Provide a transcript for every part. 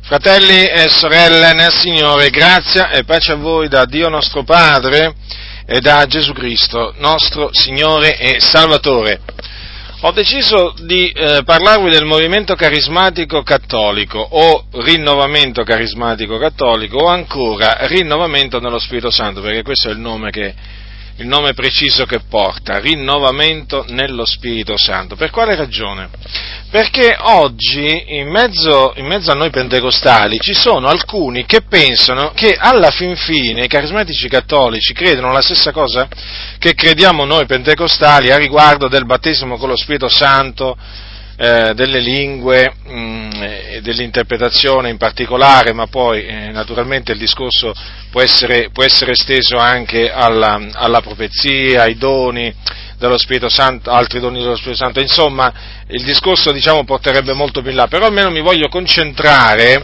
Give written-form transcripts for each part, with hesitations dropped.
Fratelli e sorelle nel Signore, grazia e pace a voi da Dio nostro Padre e da Gesù Cristo, nostro Signore e Salvatore. Ho deciso di parlarvi del movimento carismatico cattolico, o rinnovamento carismatico cattolico, o ancora rinnovamento nello Spirito Santo, perché questo è il nome preciso che porta, rinnovamento nello Spirito Santo. Per quale ragione? Perché oggi in mezzo a noi pentecostali ci sono alcuni che pensano che alla fin fine i carismatici cattolici credono la stessa cosa che crediamo noi pentecostali a riguardo del battesimo con lo Spirito Santo, delle lingue, dell'interpretazione in particolare, ma poi naturalmente il discorso può essere esteso anche alla profezia, ai doni dello Spirito Santo, altri doni dello Spirito Santo. Insomma, il discorso porterebbe molto più in là, però almeno mi voglio concentrare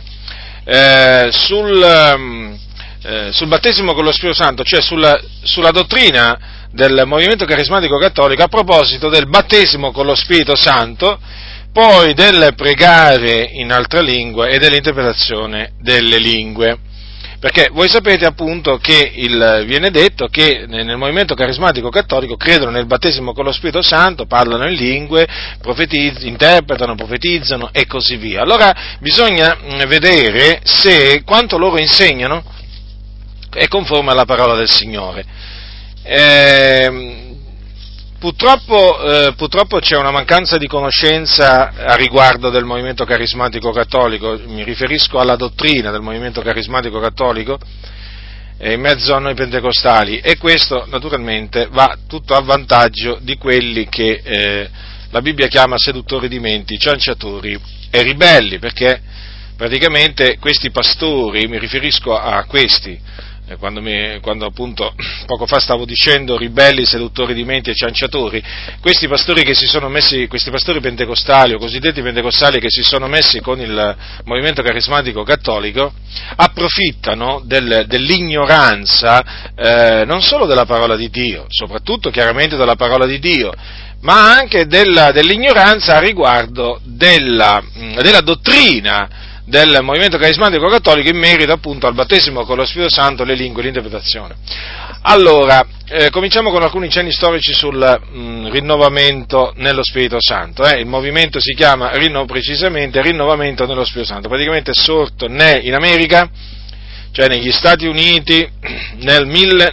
sul battesimo con lo Spirito Santo, cioè sulla dottrina del movimento carismatico cattolico a proposito del battesimo con lo Spirito Santo, poi del pregare in altre lingue e dell'interpretazione delle lingue. Perché voi sapete appunto che viene detto che nel movimento carismatico cattolico credono nel battesimo con lo Spirito Santo, parlano in lingue, interpretano, profetizzano e così via. Allora bisogna vedere se quanto loro insegnano è conforme alla parola del Signore. Purtroppo c'è una mancanza di conoscenza a riguardo del movimento carismatico cattolico, mi riferisco alla dottrina del movimento carismatico cattolico in mezzo a noi pentecostali, e questo naturalmente va tutto a vantaggio di quelli che la Bibbia chiama seduttori di menti, cianciatori e ribelli, perché praticamente questi pastori, mi riferisco a questi, quando appunto poco fa stavo dicendo ribelli, seduttori di menti e cianciatori, questi pastori pentecostali o cosiddetti pentecostali che si sono messi con il movimento carismatico cattolico, approfittano dell'ignoranza non solo della parola di Dio, soprattutto chiaramente della parola di Dio, ma anche dell'ignoranza a riguardo della dottrina del movimento carismatico cattolico in merito appunto al battesimo con lo Spirito Santo, le lingue e l'interpretazione. Allora, cominciamo con alcuni cenni storici sul rinnovamento nello Spirito Santo. Il movimento si chiama precisamente rinnovamento nello Spirito Santo, praticamente è sorto in America, cioè negli Stati Uniti, nel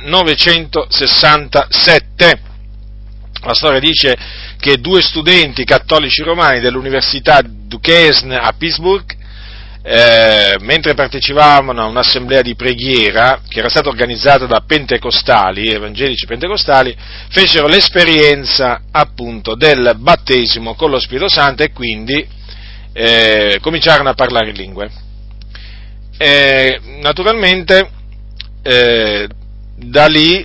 1967. La storia dice che due studenti cattolici romani dell'Università Duquesne a Pittsburgh, mentre partecipavano a un'assemblea di preghiera che era stata organizzata da pentecostali, evangelici pentecostali, fecero l'esperienza appunto del battesimo con lo Spirito Santo e quindi cominciarono a parlare in lingue. Naturalmente da lì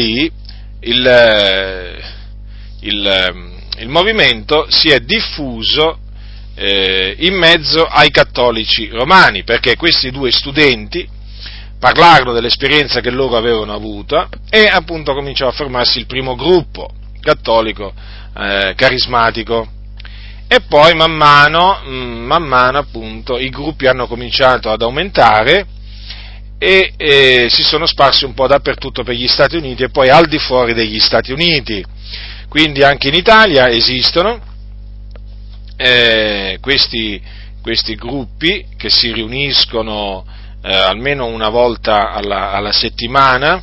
il movimento si è diffuso in mezzo ai cattolici romani, perché questi due studenti parlarono dell'esperienza che loro avevano avuta e appunto cominciò a formarsi il primo gruppo cattolico carismatico, e poi man mano appunto i gruppi hanno cominciato ad aumentare e si sono sparsi un po' dappertutto per gli Stati Uniti e poi al di fuori degli Stati Uniti, quindi anche in Italia esistono questi gruppi che si riuniscono almeno una volta alla settimana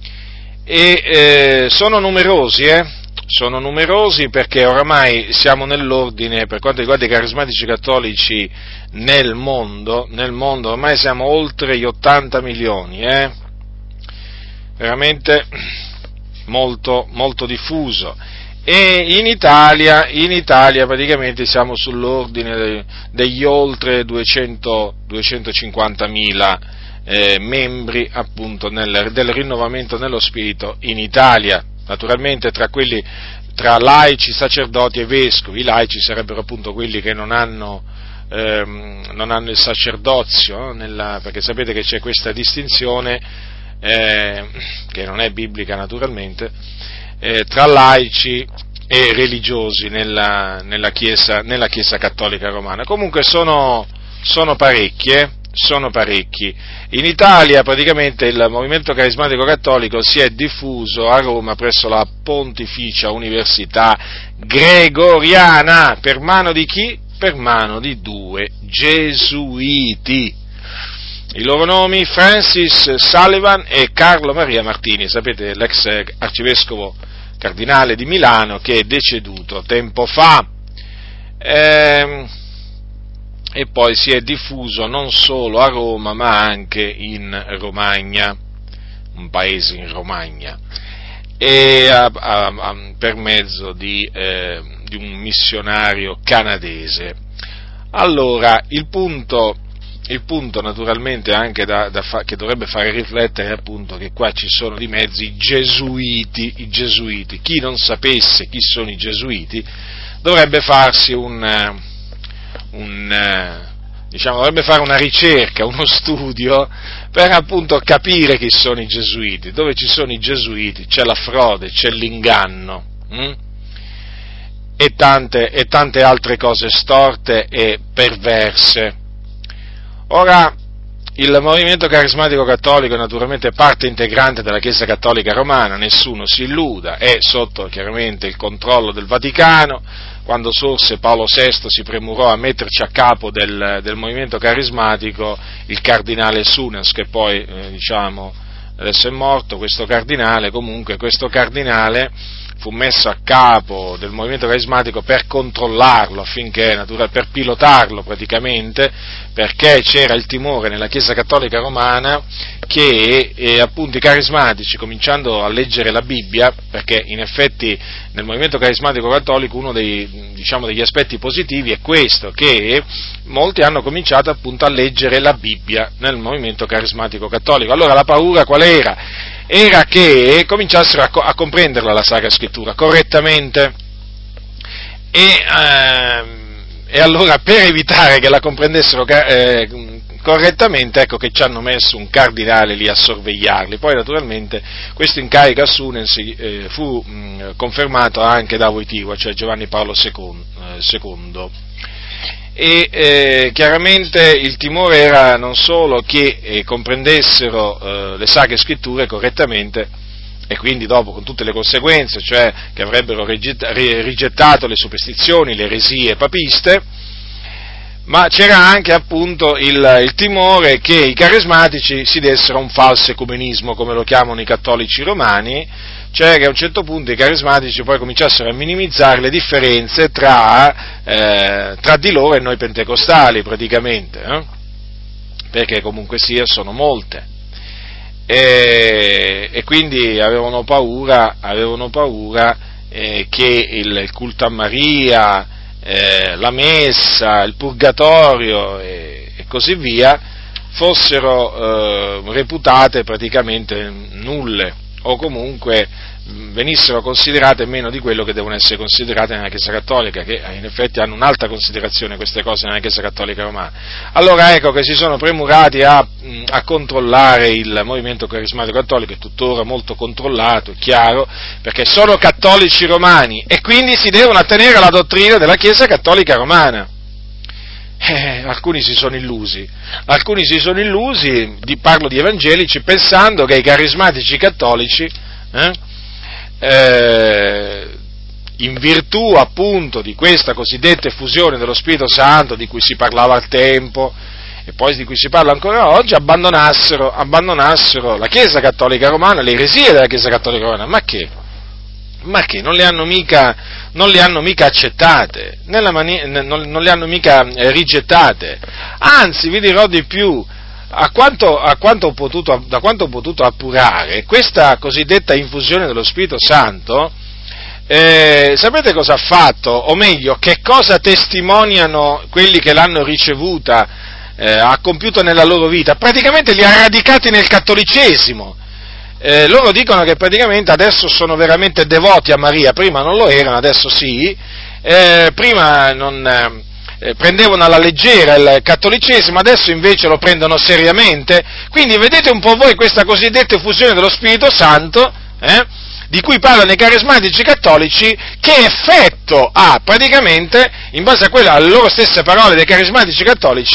e sono numerosi perché oramai siamo nell'ordine, per quanto riguarda i carismatici cattolici nel mondo ormai siamo oltre gli 80 milioni, veramente molto, molto diffuso. E in Italia praticamente siamo sull'ordine degli oltre 250.000 membri appunto del rinnovamento nello Spirito in Italia, naturalmente tra laici, sacerdoti e vescovi. I laici sarebbero appunto quelli che non hanno il sacerdozio, perché sapete che c'è questa distinzione che non è biblica naturalmente, tra laici e religiosi nella Chiesa cattolica romana. Comunque sono parecchi, sono parecchi. In Italia praticamente il movimento carismatico cattolico si è diffuso a Roma presso la Pontificia Università Gregoriana. Per mano di chi? Per mano di 2 gesuiti. I loro nomi: Francis Sullivan e Carlo Maria Martini. Sapete, l'ex arcivescovo cardinale di Milano che è deceduto tempo fa. E poi si è diffuso non solo a Roma ma anche in Romagna, un paese in Romagna, e per mezzo di un missionario canadese. Allora, il punto naturalmente anche che dovrebbe fare riflettere è appunto che qua ci sono di mezzo i gesuiti. Chi non sapesse chi sono i gesuiti dovrebbe farsi dovrebbe fare una ricerca, uno studio per appunto capire chi sono i gesuiti. Dove ci sono i gesuiti c'è la frode, c'è l'inganno e tante altre cose storte e perverse. Ora, il movimento carismatico cattolico è naturalmente parte integrante della Chiesa Cattolica Romana, nessuno si illuda, è sotto chiaramente il controllo del Vaticano. Quando sorse Paolo VI si premurò a metterci a capo del movimento carismatico il cardinale Sunes, che poi adesso è morto questo cardinale. Comunque questo cardinale fu messo a capo del movimento carismatico per controllarlo, per pilotarlo praticamente, perché c'era il timore nella Chiesa Cattolica Romana che appunto i carismatici, cominciando a leggere la Bibbia, perché in effetti nel movimento carismatico cattolico uno degli aspetti positivi è questo, che molti hanno cominciato appunto a leggere la Bibbia nel movimento carismatico cattolico. Allora la paura qual era? Era che cominciassero a comprenderla la Sacra Scrittura correttamente e allora, per evitare che la comprendessero correttamente, ecco che ci hanno messo un cardinale lì a sorvegliarli. Poi naturalmente questo incarico a Sunes fu confermato anche da Wojtyła, cioè Giovanni Paolo II. E chiaramente il timore era non solo che comprendessero le Sacre Scritture correttamente, e quindi dopo con tutte le conseguenze, cioè che avrebbero rigettato le superstizioni, le eresie papiste, ma c'era anche appunto il timore che i carismatici si dessero un falso ecumenismo, come lo chiamano i cattolici romani, cioè che a un certo punto i carismatici poi cominciassero a minimizzare le differenze tra di loro e noi pentecostali praticamente, perché comunque sia sono molte. E quindi avevano paura che il culto a Maria, la messa, il purgatorio e così via fossero reputate praticamente nulle, o comunque venissero considerate meno di quello che devono essere considerate nella Chiesa Cattolica, che in effetti hanno un'alta considerazione queste cose nella Chiesa Cattolica Romana. Allora ecco che si sono premurati a controllare il movimento carismatico cattolico, è tuttora molto controllato, è chiaro, perché sono cattolici romani e quindi si devono attenere alla dottrina della Chiesa Cattolica Romana. Alcuni si sono illusi, parlo di evangelici, pensando che i carismatici cattolici, in virtù appunto di questa cosiddetta effusione dello Spirito Santo di cui si parlava al tempo e poi di cui si parla ancora oggi, abbandonassero la Chiesa Cattolica Romana, le eresie della Chiesa Cattolica Romana. Ma che? Non le hanno mica accettate, non le hanno mica rigettate, anzi vi dirò di più, da quanto ho potuto appurare, questa cosiddetta infusione dello Spirito Santo, sapete cosa ha fatto? O meglio, che cosa testimoniano quelli che l'hanno ricevuta, ha compiuto nella loro vita? Praticamente li ha radicati nel cattolicesimo. Loro dicono che praticamente adesso sono veramente devoti a Maria, prima non lo erano, adesso sì, prima non prendevano alla leggera il cattolicesimo, adesso invece lo prendono seriamente. Quindi vedete un po' voi questa cosiddetta effusione dello Spirito Santo, di cui parlano i carismatici cattolici, che effetto ha praticamente, in base alle loro stesse parole dei carismatici cattolici,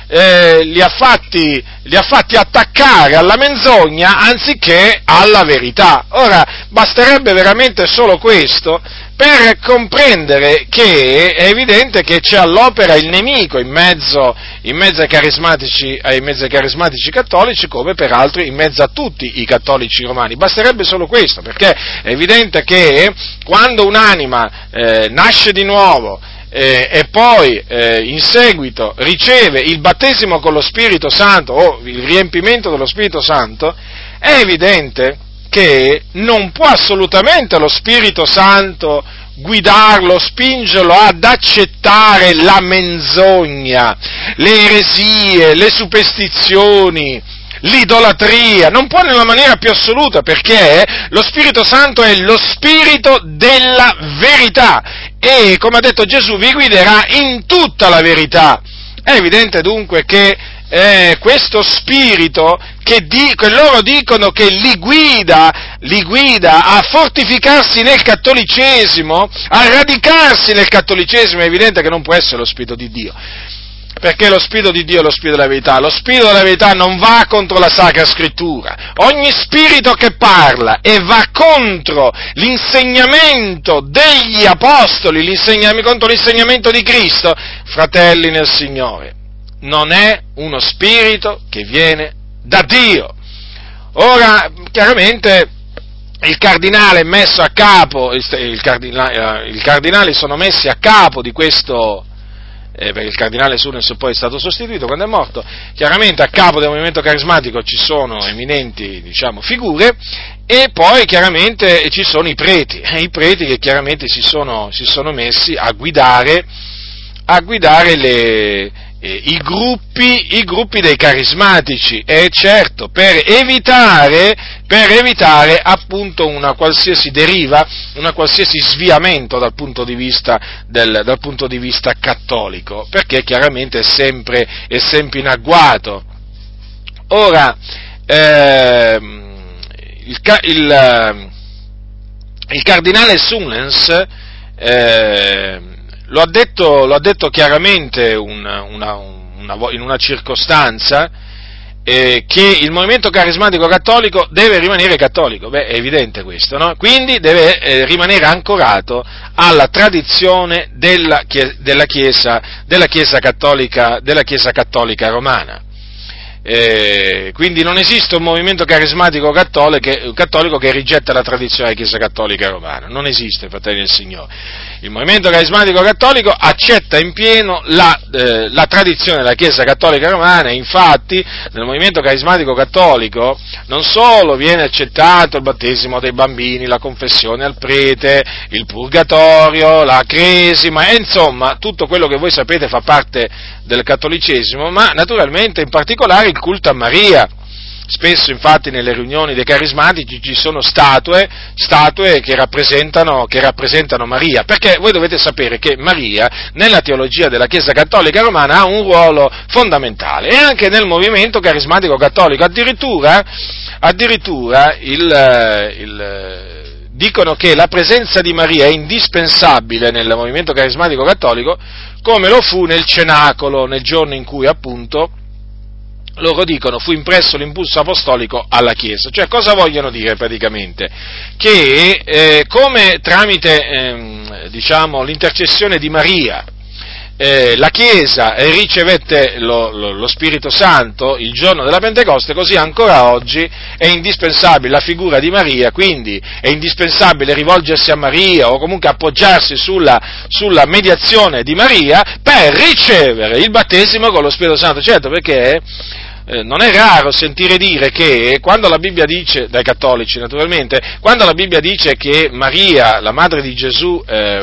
li ha fatti attaccare alla menzogna anziché alla verità. Ora, basterebbe veramente solo questo per comprendere che è evidente che c'è all'opera il nemico in mezzo ai carismatici cattolici, come peraltro in mezzo a tutti i cattolici romani. Basterebbe solo questo, perché è evidente che quando un'anima nasce di nuovo e poi in seguito riceve il battesimo con lo Spirito Santo o il riempimento dello Spirito Santo, è evidente che non può assolutamente lo Spirito Santo guidarlo, spingerlo ad accettare la menzogna, le eresie, le superstizioni, l'idolatria, non può nella maniera più assoluta, perché lo Spirito Santo è lo Spirito della verità e, come ha detto Gesù, vi guiderà in tutta la verità. È evidente dunque che questo spirito che loro dicono che li guida a fortificarsi nel cattolicesimo, a radicarsi nel cattolicesimo, è evidente che non può essere lo Spirito di Dio, perché lo Spirito di Dio è lo Spirito della verità. Lo Spirito della verità non va contro la Sacra Scrittura. Ogni spirito che parla e va contro l'insegnamento degli Apostoli, contro l'insegnamento di Cristo, fratelli nel Signore, non è uno spirito che viene da Dio. Ora, chiaramente, il cardinale è messo a capo, i cardinali sono messi a capo di questo, perché il cardinale Sunes poi è stato sostituito quando è morto. Chiaramente a capo del movimento carismatico ci sono eminenti, figure, e poi chiaramente ci sono i preti che chiaramente si sono messi a guidare i gruppi dei carismatici, e certo per evitare appunto una qualsiasi deriva, una qualsiasi sviamento dal punto di vista cattolico, perché chiaramente è sempre in agguato. Ora, il cardinale Sullens lo ha detto chiaramente in una circostanza, che il movimento carismatico cattolico deve rimanere cattolico. Beh, è evidente questo, no? Quindi deve rimanere ancorato alla tradizione della Chiesa cattolica romana. Quindi non esiste un movimento carismatico cattolico che rigetta la tradizione della Chiesa cattolica romana, non esiste, fratelli del Signore. Il movimento carismatico cattolico accetta in pieno la tradizione della Chiesa cattolica romana, e infatti nel movimento carismatico cattolico non solo viene accettato il battesimo dei bambini, la confessione al prete, il purgatorio, la cresima, e insomma tutto quello che voi sapete fa parte del cattolicesimo, ma naturalmente in particolare il culto a Maria. Spesso infatti nelle riunioni dei carismatici ci sono statue che rappresentano Maria, perché voi dovete sapere che Maria nella teologia della Chiesa cattolica romana ha un ruolo fondamentale, e anche nel movimento carismatico cattolico, addirittura dicono che la presenza di Maria è indispensabile nel movimento carismatico cattolico, come lo fu nel cenacolo, nel giorno in cui appunto loro dicono fu impresso l'impulso apostolico alla Chiesa. Cioè, cosa vogliono dire praticamente? Che come tramite l'intercessione di Maria la Chiesa ricevette lo Spirito Santo il giorno della Pentecoste, così ancora oggi è indispensabile la figura di Maria, quindi è indispensabile rivolgersi a Maria o comunque appoggiarsi sulla mediazione di Maria per ricevere il battesimo con lo Spirito Santo. Certo, perché non è raro sentire dire che quando la Bibbia dice, dai cattolici naturalmente, quando la Bibbia dice che Maria, la madre di Gesù,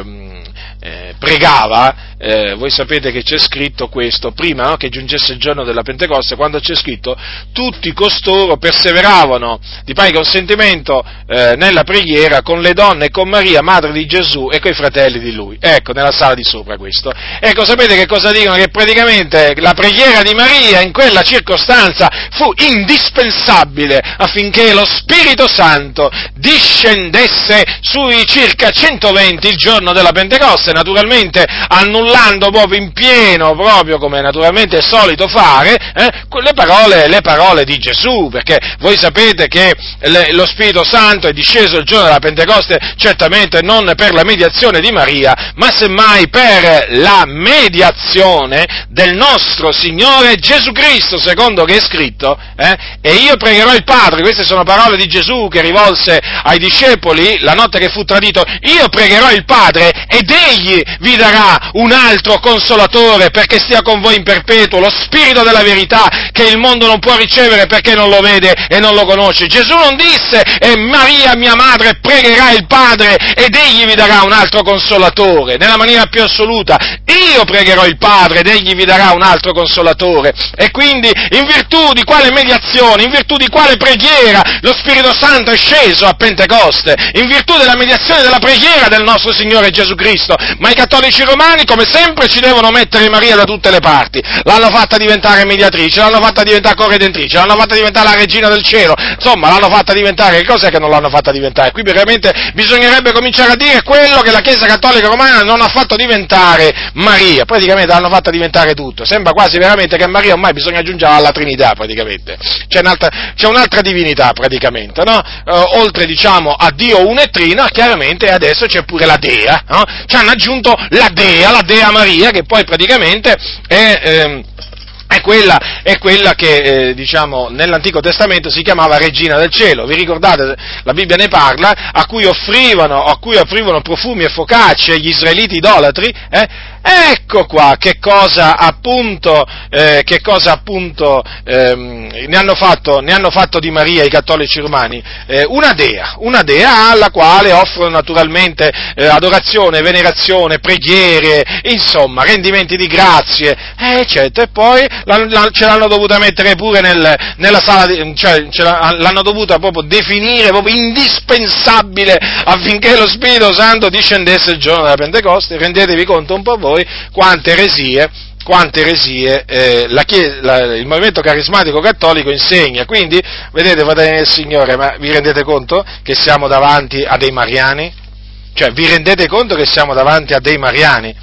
pregava, voi sapete che c'è scritto questo, prima, no, che giungesse il giorno della Pentecoste, quando c'è scritto tutti costoro perseveravano di pari consentimento nella preghiera con le donne e con Maria, madre di Gesù, e coi fratelli di lui. Ecco, nella sala di sopra questo. Ecco, sapete che cosa dicono? Che praticamente la preghiera di Maria in quella circostanza fu indispensabile affinché lo Spirito Santo discendesse sui circa 120 il giorno della Pentecoste, naturalmente annullando urlando proprio in pieno, proprio come naturalmente è solito fare, le parole di Gesù, perché voi sapete che lo Spirito Santo è disceso il giorno della Pentecoste, certamente non per la mediazione di Maria, ma semmai per la mediazione del nostro Signore Gesù Cristo, secondo che è scritto, e io pregherò il Padre. Queste sono parole di Gesù che rivolse ai discepoli la notte che fu tradito. Io pregherò il Padre ed Egli vi darà un altro Consolatore perché stia con voi in perpetuo, lo Spirito della verità che il mondo non può ricevere perché non lo vede e non lo conosce. Gesù non disse: e Maria mia madre pregherà il Padre ed Egli vi darà un altro Consolatore, nella maniera più assoluta. Io pregherò il Padre ed Egli vi darà un altro Consolatore. E quindi in virtù di quale mediazione, in virtù di quale preghiera lo Spirito Santo è sceso a Pentecoste? In virtù della mediazione della preghiera del nostro Signore Gesù Cristo. Ma i cattolici romani, come sempre, ci devono mettere Maria da tutte le parti. L'hanno fatta diventare mediatrice, l'hanno fatta diventare corredentrice, l'hanno fatta diventare la regina del cielo, insomma l'hanno fatta diventare, che cos'è che non l'hanno fatta diventare? Qui veramente bisognerebbe cominciare a dire quello che la Chiesa Cattolica Romana non ha fatto diventare Maria, praticamente l'hanno fatta diventare tutto. Sembra quasi veramente che a Maria ormai bisogna aggiungere alla Trinità, praticamente. C'è un'altra divinità, praticamente, no? Oltre, diciamo, a Dio uno e trino, chiaramente adesso c'è pure la Dea, no? Ci hanno aggiunto la Dea Maria, che poi praticamente è quella che, diciamo, nell'Antico Testamento si chiamava Regina del Cielo. Vi ricordate? La Bibbia ne parla, a cui offrivano profumi e focacce gli israeliti idolatri, Ecco qua che cosa appunto ne hanno fatto di Maria i cattolici romani, una dea alla quale offrono naturalmente adorazione, venerazione, preghiere, insomma, rendimenti di grazie, eccetera, e poi ce l'hanno dovuta mettere pure nella sala, l'hanno dovuta proprio definire proprio indispensabile affinché lo Spirito Santo discendesse il giorno della Pentecoste. Rendetevi conto un po' voi quante eresie il movimento carismatico cattolico insegna. Quindi, vedete, fratelli del Signore, ma vi rendete conto che siamo davanti a dei mariani? Cioè, vi rendete conto che siamo davanti a dei mariani?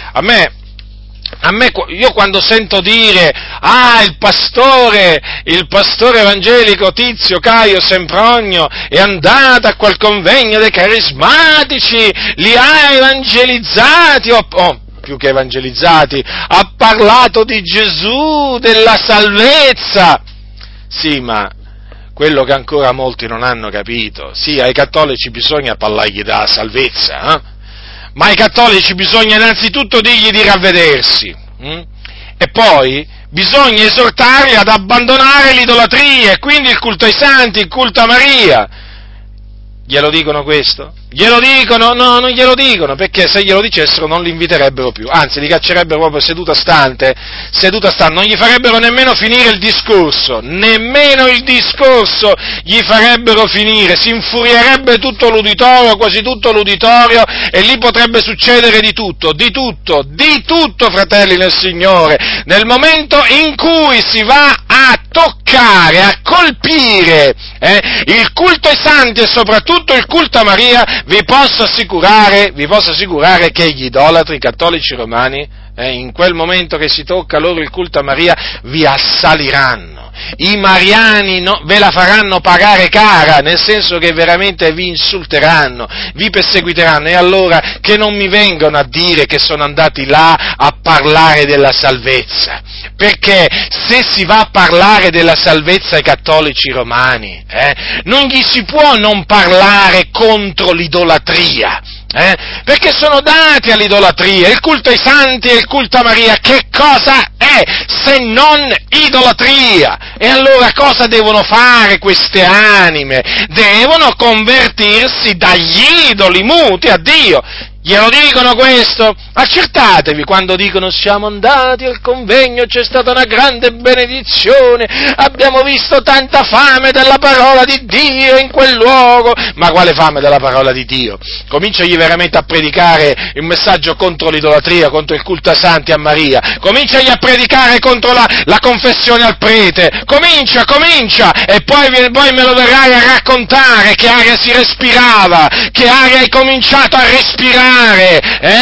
Io quando sento dire, il pastore evangelico Tizio Caio Sempronio è andato a quel convegno dei carismatici, li ha evangelizzati, più che evangelizzati, ha parlato di Gesù, della salvezza. Sì, ma quello che ancora molti non hanno capito, sì, ai cattolici bisogna parlargli della salvezza, ma ai cattolici bisogna innanzitutto dirgli di ravvedersi, e poi bisogna esortarli ad abbandonare l'idolatria, e quindi il culto ai santi, il culto a Maria. Glielo dicono questo? Glielo dicono? No, non glielo dicono, perché se glielo dicessero non li inviterebbero più, anzi li caccerebbero proprio seduta stante, non gli farebbero nemmeno finire il discorso gli farebbero finire, si infurierebbe tutto l'uditorio, quasi tutto l'uditorio, e lì potrebbe succedere di tutto, fratelli nel Signore, nel momento in cui si va a toccare, a colpire il culto ai santi e soprattutto il culto a Maria, vi posso assicurare che gli idolatri cattolici romani, in quel momento che si tocca loro il culto a Maria, vi assaliranno. I mariani ve la faranno pagare cara, nel senso che veramente vi insulteranno, vi perseguiteranno, e allora che non mi vengono a dire che sono andati là a parlare della salvezza, perché se si va a parlare della salvezza ai cattolici romani, non gli si può non parlare contro l'idolatria, perché sono dati all'idolatria. Il culto ai santi e il culto a Maria che cosa è se non idolatria? E allora cosa devono fare queste anime? Devono convertirsi dagli idoli muti a Dio. Glielo dicono questo? Accertatevi quando dicono: siamo andati al convegno, c'è stata una grande benedizione, abbiamo visto tanta fame della parola di Dio in quel luogo. Ma quale fame della parola di Dio? Cominciagli veramente a predicare il messaggio contro l'idolatria, contro il culto a santi e a Maria, cominciagli a predicare contro la confessione al prete, comincia, e poi me lo verrai a raccontare che aria si respirava, che aria hai cominciato a respirare,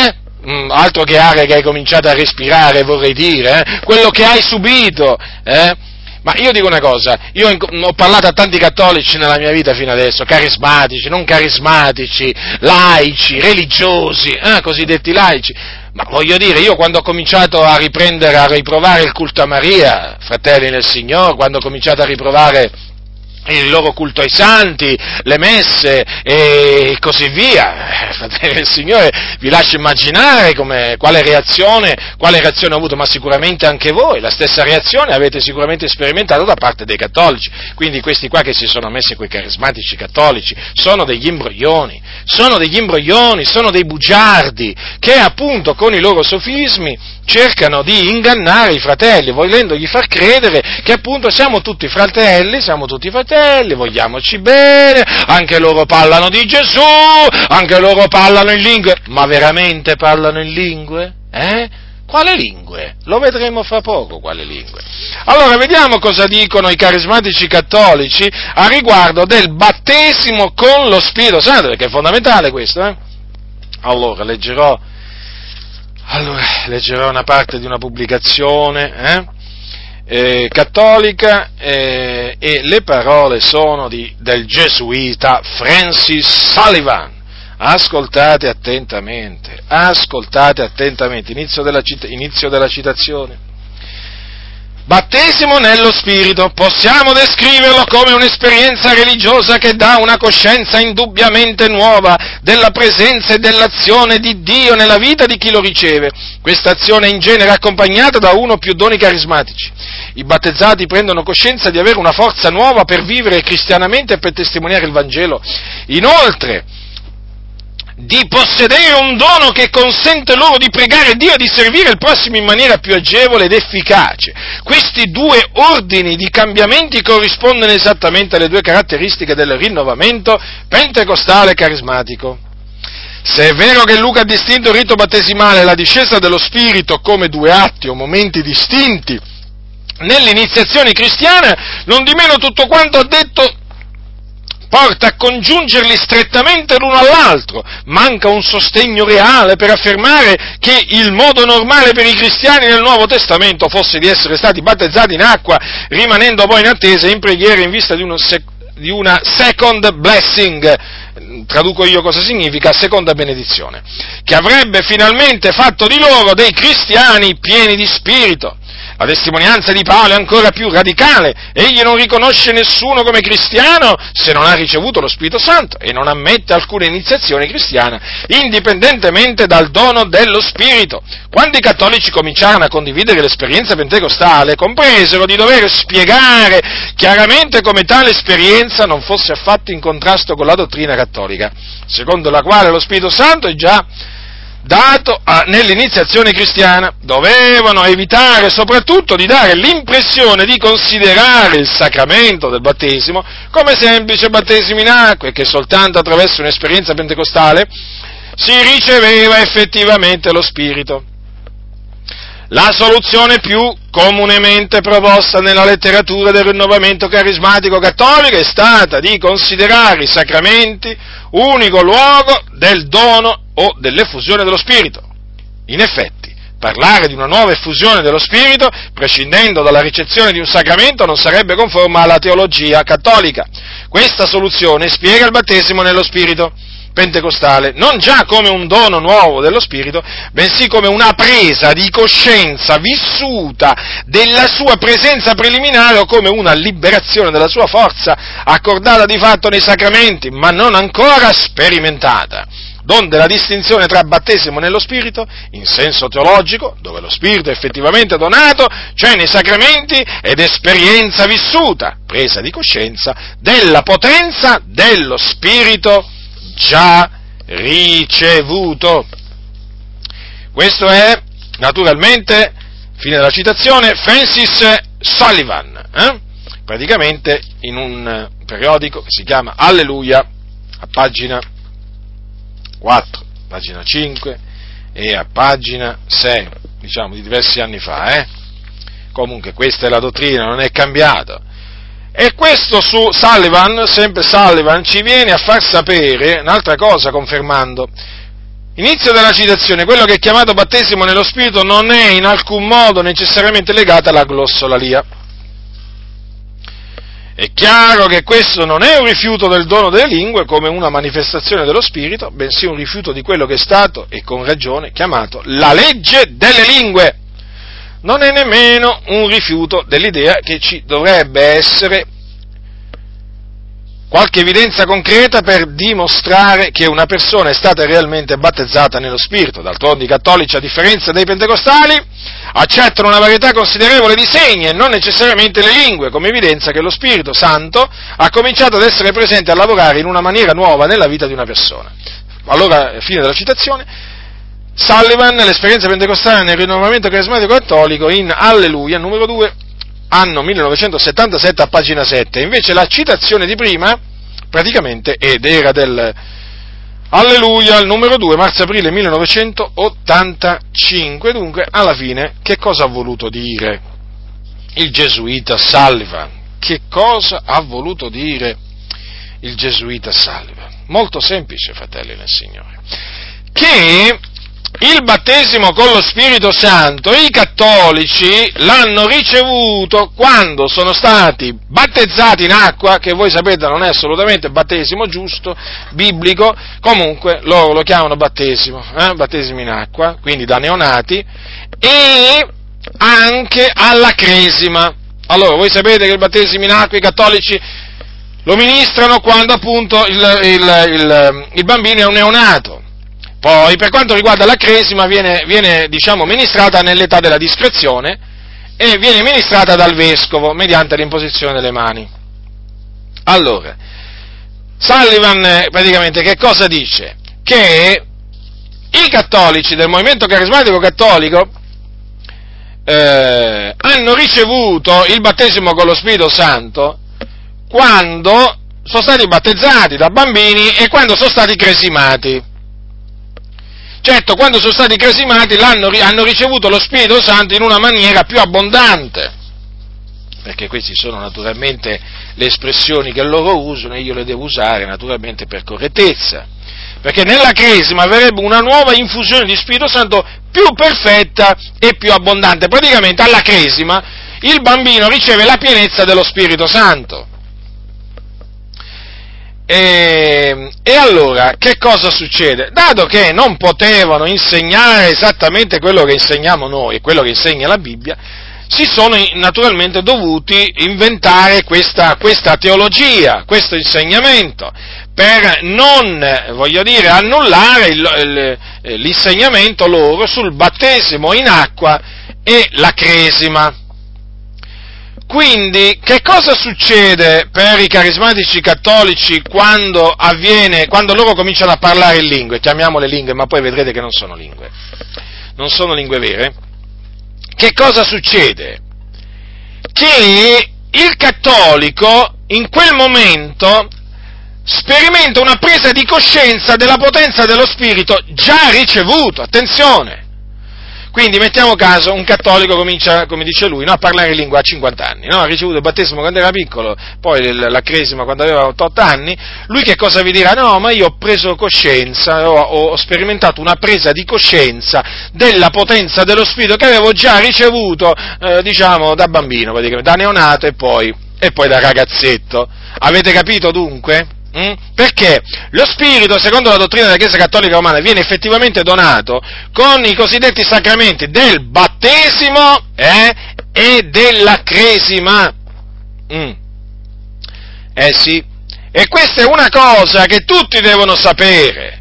altro che aria che hai cominciato a respirare, vorrei dire, quello che hai subito, Ma io dico una cosa, io ho parlato a tanti cattolici nella mia vita fino adesso, carismatici, non carismatici, laici, religiosi, cosiddetti laici, ma voglio dire, io quando ho cominciato a riprovare il culto a Maria, fratelli nel Signore, quando ho cominciato a riprovare il loro culto ai santi, le messe e così via, fratelli del Signore, vi lascio immaginare quale reazione ho avuto, ma sicuramente anche voi, la stessa reazione avete sicuramente sperimentato da parte dei cattolici, quindi questi qua che si sono messi quei carismatici cattolici sono degli imbroglioni, sono dei bugiardi, che appunto con i loro sofismi cercano di ingannare i fratelli, volendogli far credere che appunto siamo tutti fratelli, vogliamoci bene, anche loro parlano di Gesù, anche loro parlano in lingue, ma veramente parlano in lingue? Quale lingue? Lo vedremo fra poco, quale lingue. Allora, vediamo cosa dicono i carismatici cattolici a riguardo del battesimo con lo Spirito Santo, perché è fondamentale questo, Allora, leggerò una parte di una pubblicazione cattolica e le parole sono del gesuita Francis Sullivan. Ascoltate attentamente, inizio della citazione. Battesimo nello Spirito, possiamo descriverlo come un'esperienza religiosa che dà una coscienza indubbiamente nuova della presenza e dell'azione di Dio nella vita di chi lo riceve. Questa azione è in genere accompagnata da uno o più doni carismatici. I battezzati prendono coscienza di avere una forza nuova per vivere cristianamente e per testimoniare il Vangelo. Inoltre, di possedere un dono che consente loro di pregare Dio e di servire il prossimo in maniera più agevole ed efficace. Questi due ordini di cambiamenti corrispondono esattamente alle due caratteristiche del rinnovamento pentecostale carismatico. Se è vero che Luca ha distinto il rito battesimale e la discesa dello Spirito come due atti o momenti distinti nell'iniziazione cristiana, non di meno tutto quanto ha detto porta a congiungerli strettamente l'uno all'altro. Manca un sostegno reale per affermare che il modo normale per i cristiani nel Nuovo Testamento fosse di essere stati battezzati in acqua, rimanendo poi in attesa e in preghiera in vista di una second blessing. Traduco io cosa significa seconda benedizione, che avrebbe finalmente fatto di loro dei cristiani pieni di spirito. La testimonianza di Paolo è ancora più radicale. Egli non riconosce nessuno come cristiano se non ha ricevuto lo Spirito Santo e non ammette alcuna iniziazione cristiana, indipendentemente dal dono dello Spirito. Quando i cattolici cominciarono a condividere l'esperienza pentecostale, compresero di dover spiegare chiaramente come tale esperienza non fosse affatto in contrasto con la dottrina cattolica, secondo la quale lo Spirito Santo è già dato nell'iniziazione cristiana. Dovevano evitare soprattutto di dare l'impressione di considerare il sacramento del battesimo come semplice battesimo in acqua e che soltanto attraverso un'esperienza pentecostale si riceveva effettivamente lo Spirito. La soluzione più comunemente proposta nella letteratura del rinnovamento carismatico cattolico è stata di considerare i sacramenti unico luogo del dono o dell'effusione dello Spirito. In effetti, parlare di una nuova effusione dello Spirito, prescindendo dalla ricezione di un sacramento, non sarebbe conforme alla teologia cattolica. Questa soluzione spiega il battesimo nello Spirito pentecostale non già come un dono nuovo dello Spirito, bensì come una presa di coscienza vissuta della sua presenza preliminare o come una liberazione della sua forza accordata di fatto nei sacramenti, ma non ancora sperimentata. Donde la distinzione tra battesimo nello Spirito, in senso teologico, dove lo Spirito è effettivamente donato, cioè nei sacramenti, ed esperienza vissuta, presa di coscienza della potenza dello Spirito già ricevuto. Questo è, naturalmente, fine della citazione, Francis Sullivan, praticamente in un periodico che si chiama Alleluia, a pagina 4, pagina 5 e a pagina 6, diciamo di diversi anni fa, Comunque questa è la dottrina, non è cambiata. E questo su Sullivan, sempre Sullivan, ci viene a far sapere un'altra cosa, confermando Inizio della citazione: quello che è chiamato battesimo nello Spirito non è in alcun modo necessariamente legato alla glossolalia. È chiaro che questo non è un rifiuto del dono delle lingue come una manifestazione dello Spirito, bensì un rifiuto di quello che è stato, e con ragione, chiamato la legge delle lingue. Non è nemmeno un rifiuto dell'idea che ci dovrebbe essere qualche evidenza concreta per dimostrare che una persona è stata realmente battezzata nello Spirito. D'altronde i cattolici, a differenza dei pentecostali, accettano una varietà considerevole di segni e non necessariamente le lingue, come evidenza che lo Spirito Santo ha cominciato ad essere presente e a lavorare in una maniera nuova nella vita di una persona. Allora, fine della citazione. Sullivan, l'esperienza pentecostale nel rinnovamento carismatico cattolico, in Alleluia, numero 2, anno 1977, a pagina 7. Invece la citazione di prima, praticamente, era del Alleluia, il numero 2, marzo-aprile 1985. Dunque, alla fine, che cosa ha voluto dire il gesuita Sullivan? Che cosa ha voluto dire il gesuita Sullivan? Molto semplice, fratelli nel Signore. Che il battesimo con lo Spirito Santo i cattolici l'hanno ricevuto quando sono stati battezzati in acqua, che voi sapete non è assolutamente battesimo giusto, biblico, comunque loro lo chiamano battesimo in acqua, quindi da neonati, e anche alla cresima. Allora, voi sapete che il battesimo in acqua i cattolici lo ministrano quando appunto il bambino è un neonato. Poi, per quanto riguarda la cresima, viene ministrata nell'età della discrezione e viene ministrata dal vescovo mediante l'imposizione delle mani. Allora, Sullivan praticamente che cosa dice? Che i cattolici del movimento carismatico cattolico hanno ricevuto il battesimo con lo Spirito Santo quando sono stati battezzati da bambini e quando sono stati cresimati. Certo, quando sono stati cresimati hanno ricevuto lo Spirito Santo in una maniera più abbondante, perché queste sono naturalmente le espressioni che loro usano e io le devo usare naturalmente per correttezza, perché nella cresima avrebbe una nuova infusione di Spirito Santo più perfetta e più abbondante. Praticamente alla cresima il bambino riceve la pienezza dello Spirito Santo. E allora, che cosa succede? Dato che non potevano insegnare esattamente quello che insegniamo noi e quello che insegna la Bibbia, si sono naturalmente dovuti inventare questa teologia, questo insegnamento, per non, annullare l'insegnamento loro sul battesimo in acqua e la cresima. Quindi, che cosa succede per i carismatici cattolici quando loro cominciano a parlare in lingue? Chiamiamole lingue, ma poi vedrete che non sono lingue vere. Che cosa succede? Che il cattolico in quel momento sperimenta una presa di coscienza della potenza dello Spirito già ricevuto, attenzione! Quindi mettiamo caso, un cattolico comincia, come dice lui, a parlare in lingua a 50 anni, ha ricevuto il battesimo quando era piccolo, poi la cresima quando aveva 8 anni, lui che cosa vi dirà? No, ma io ho preso coscienza, ho sperimentato una presa di coscienza della potenza dello Spirito che avevo già ricevuto, da bambino, praticamente, da neonato e poi da ragazzetto. Avete capito dunque? Perché lo Spirito, secondo la dottrina della Chiesa Cattolica Romana, viene effettivamente donato con i cosiddetti sacramenti del battesimo e della cresima. Sì, e questa è una cosa che tutti devono sapere,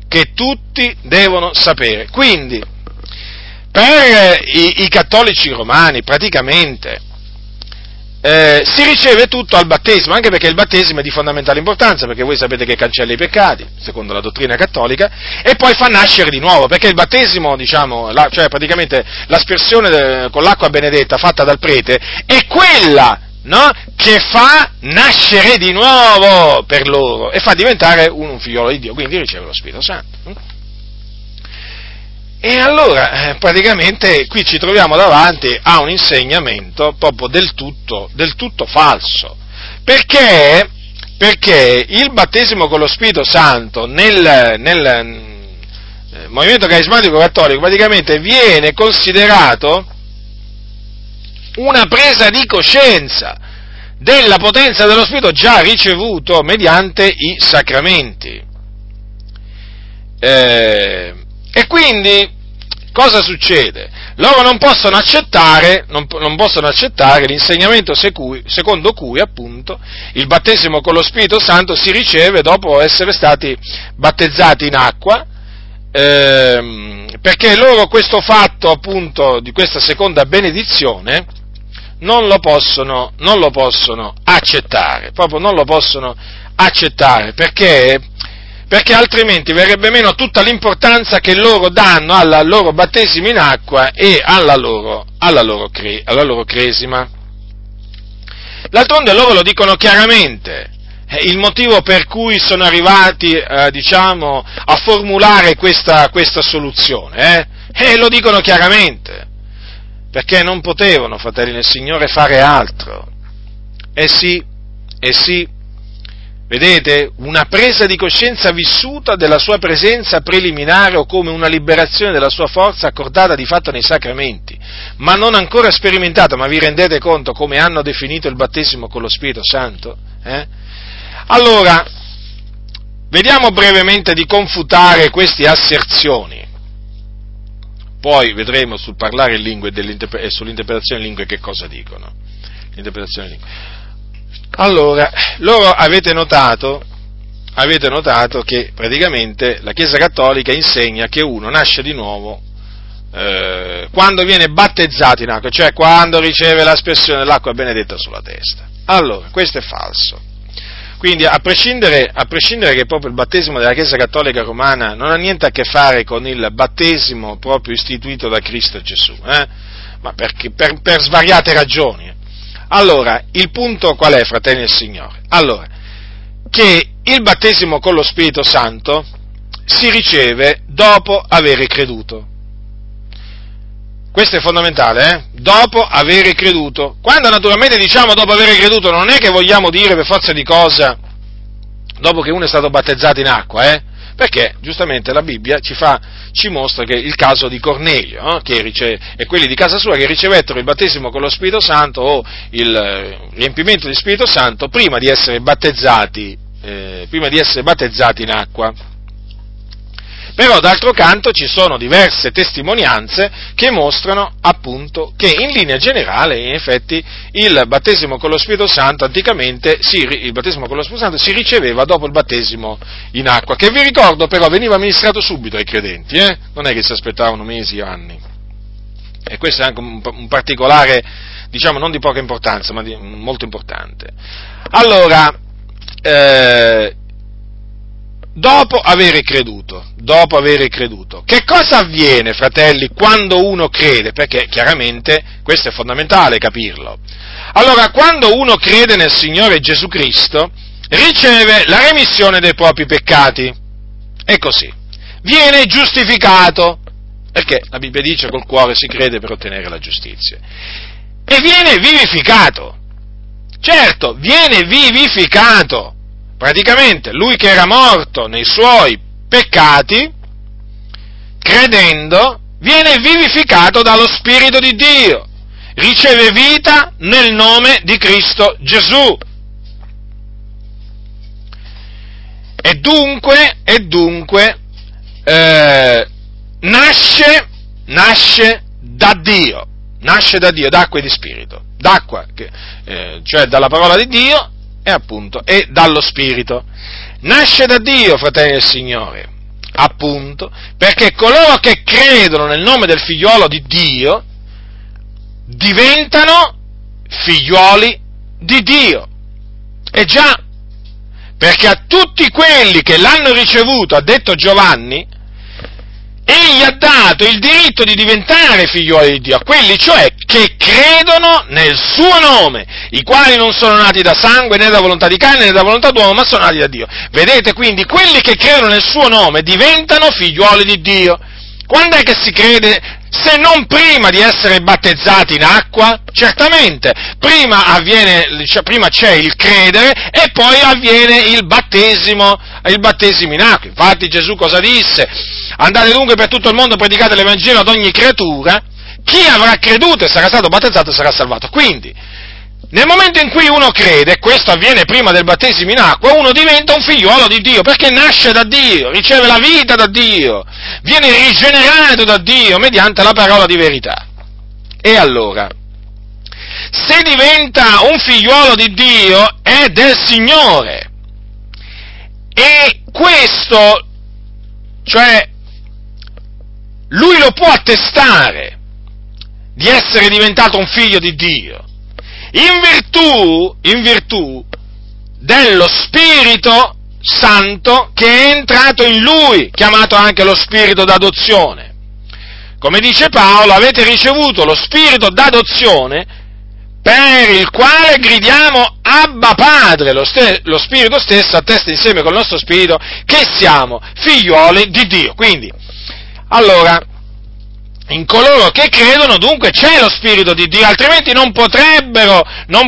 Quindi, per i cattolici romani, praticamente, si riceve tutto al battesimo, anche perché il battesimo è di fondamentale importanza, perché voi sapete che cancella i peccati, secondo la dottrina cattolica, e poi fa nascere di nuovo, perché il battesimo, cioè praticamente l'aspersione con l'acqua benedetta fatta dal prete, è quella, che fa nascere di nuovo per loro, e fa diventare un figliolo di Dio, quindi riceve lo Spirito Santo. E allora, praticamente, qui ci troviamo davanti a un insegnamento proprio del tutto falso. Perché il battesimo con lo Spirito Santo nel movimento carismatico cattolico praticamente viene considerato una presa di coscienza della potenza dello Spirito già ricevuto mediante i sacramenti. E quindi cosa succede? Loro non possono accettare l'insegnamento secondo cui appunto il battesimo con lo Spirito Santo si riceve dopo essere stati battezzati in acqua, perché loro questo fatto appunto di questa seconda benedizione non lo possono accettare, proprio non lo possono accettare, perché altrimenti verrebbe meno tutta l'importanza che loro danno al loro battesimo in acqua e alla loro cresima. D'altronde loro lo dicono chiaramente, il motivo per cui sono arrivati, a formulare questa soluzione, lo dicono chiaramente, perché non potevano, fratelli nel Signore, fare altro. Sì, vedete, una presa di coscienza vissuta della sua presenza preliminare o come una liberazione della sua forza accordata di fatto nei sacramenti, ma non ancora sperimentata. Ma vi rendete conto come hanno definito il battesimo con lo Spirito Santo? Allora, vediamo brevemente di confutare queste asserzioni. Poi vedremo sul parlare in lingue e sull'interpretazione in lingue che cosa dicono. L'interpretazione in lingue. Allora, loro avete notato che praticamente la Chiesa Cattolica insegna che uno nasce di nuovo quando viene battezzato in acqua, cioè quando riceve l'aspersione dell'acqua benedetta sulla testa. Allora, questo è falso. Quindi, a prescindere che proprio il battesimo della Chiesa Cattolica Romana non ha niente a che fare con il battesimo proprio istituito da Cristo Gesù, ma per svariate ragioni. Allora, il punto qual è, fratelli del Signore? Allora, che il battesimo con lo Spirito Santo si riceve dopo avere creduto. Questo è fondamentale, dopo avere creduto. Quando naturalmente diciamo dopo avere creduto, non è che vogliamo dire per forza di cosa dopo che uno è stato battezzato in acqua, perché giustamente la Bibbia ci mostra che il caso di Cornelio, e quelli di casa sua che ricevettero il battesimo con lo Spirito Santo o il riempimento di Spirito Santo prima di essere battezzati in acqua. Però d'altro canto ci sono diverse testimonianze che mostrano appunto che in linea generale in effetti il battesimo con lo Spirito Santo anticamente si riceveva dopo il battesimo in acqua, che vi ricordo però veniva amministrato subito ai credenti, non è che si aspettavano mesi o anni. E questo è anche un particolare, diciamo, non di poca importanza, ma molto importante. Allora, dopo avere creduto, che cosa avviene, fratelli, quando uno crede? Perché chiaramente questo è fondamentale capirlo. Allora, quando uno crede nel Signore Gesù Cristo, riceve la remissione dei propri peccati, e così, viene giustificato, perché la Bibbia dice col cuore si crede per ottenere la giustizia, e viene vivificato, certo, viene vivificato. Praticamente lui che era morto nei suoi peccati, credendo, viene vivificato dallo Spirito di Dio, riceve vita nel nome di Cristo Gesù. E dunque nasce da Dio, d'acqua e di Spirito, d'acqua, cioè dalla parola di Dio, e appunto, e dallo Spirito. Nasce da Dio, fratelli del Signore, appunto, perché coloro che credono nel nome del figliuolo di Dio diventano figliuoli di Dio. E già, perché a tutti quelli che l'hanno ricevuto, ha detto Giovanni, egli ha dato il diritto di diventare figliuoli di Dio, a quelli cioè che credono nel suo nome, i quali non sono nati da sangue, né da volontà di carne, né da volontà d'uomo, ma sono nati da Dio. Vedete, quindi, quelli che credono nel suo nome diventano figliuoli di Dio. Quando è che si crede se non prima di essere battezzati in acqua? Certamente, prima c'è il credere e poi avviene il battesimo in acqua. Infatti Gesù cosa disse? Andate dunque per tutto il mondo, predicate l'Evangelo ad ogni creatura, chi avrà creduto e sarà stato battezzato sarà salvato. Quindi, nel momento in cui uno crede, e questo avviene prima del battesimo in acqua, uno diventa un figliuolo di Dio, perché nasce da Dio, riceve la vita da Dio, viene rigenerato da Dio mediante la parola di verità. E allora, se diventa un figliuolo di Dio, è del Signore. E questo, cioè, lui lo può attestare di essere diventato un figlio di Dio, in virtù dello Spirito Santo che è entrato in lui, chiamato anche lo Spirito d'adozione. Come dice Paolo, avete ricevuto lo Spirito d'adozione per il quale gridiamo Abba Padre. Lo Spirito stesso attesta insieme col nostro Spirito che siamo figlioli di Dio. Quindi, allora, in coloro che credono dunque c'è lo Spirito di Dio, altrimenti non potrebbero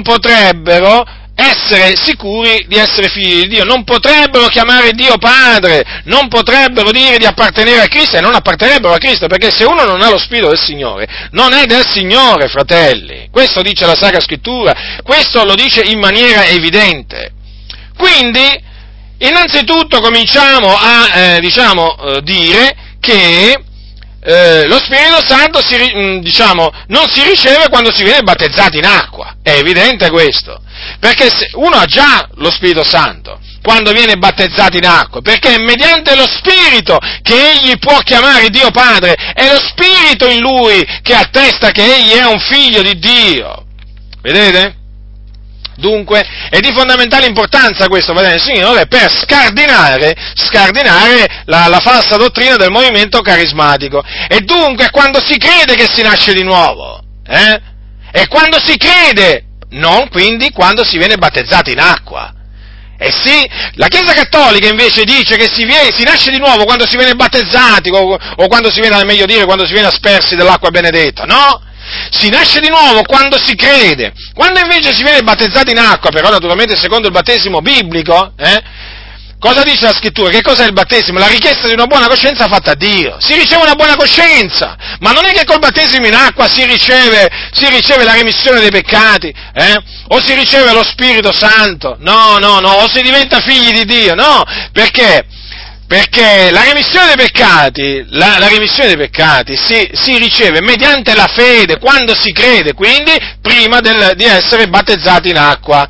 essere sicuri di essere figli di Dio, non potrebbero chiamare Dio Padre, non potrebbero dire di appartenere a Cristo e non appartenebbero a Cristo, perché se uno non ha lo Spirito del Signore, non è del Signore, fratelli. Questo dice la Sacra Scrittura, questo lo dice in maniera evidente. Quindi, innanzitutto cominciamo a dire che lo Spirito Santo non si riceve quando si viene battezzati in acqua, è evidente questo, perché se uno ha già lo Spirito Santo quando viene battezzato in acqua, perché è mediante lo Spirito che egli può chiamare Dio Padre, è lo Spirito in lui che attesta che egli è un figlio di Dio, vedete? Dunque, è di fondamentale importanza questo, fratelli del Signore, per scardinare la falsa dottrina del movimento carismatico. E dunque, quando si crede che si nasce di nuovo, e quando si crede, non quindi quando si viene battezzati in acqua. E sì, la Chiesa Cattolica invece dice che si nasce di nuovo quando si viene battezzati, o quando si viene, meglio dire, quando si viene aspersi dell'acqua benedetta, no? Si nasce di nuovo quando si crede. Quando invece si viene battezzati in acqua, però naturalmente secondo il battesimo biblico, cosa dice la Scrittura? Che cos'è il battesimo? La richiesta di una buona coscienza fatta a Dio. Si riceve una buona coscienza, ma non è che col battesimo in acqua si riceve la remissione dei peccati, o si riceve lo Spirito Santo, no, o si diventa figli di Dio, no, perché la remissione dei peccati si riceve mediante la fede, quando si crede, quindi prima di essere battezzati in acqua.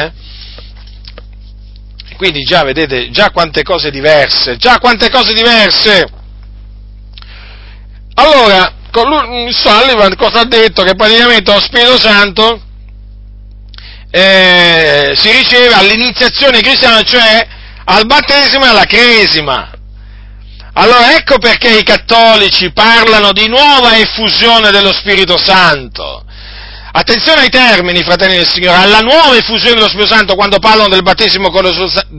Quindi già vedete, già quante cose diverse. Allora, Sullivan cosa ha detto? Che praticamente lo Spirito Santo si riceve all'iniziazione cristiana, cioè al battesimo e alla cresima. Allora ecco perché i cattolici parlano di nuova effusione dello Spirito Santo. Attenzione ai termini, fratelli del Signore, alla nuova effusione dello Spirito Santo quando parlano del battesimo con lo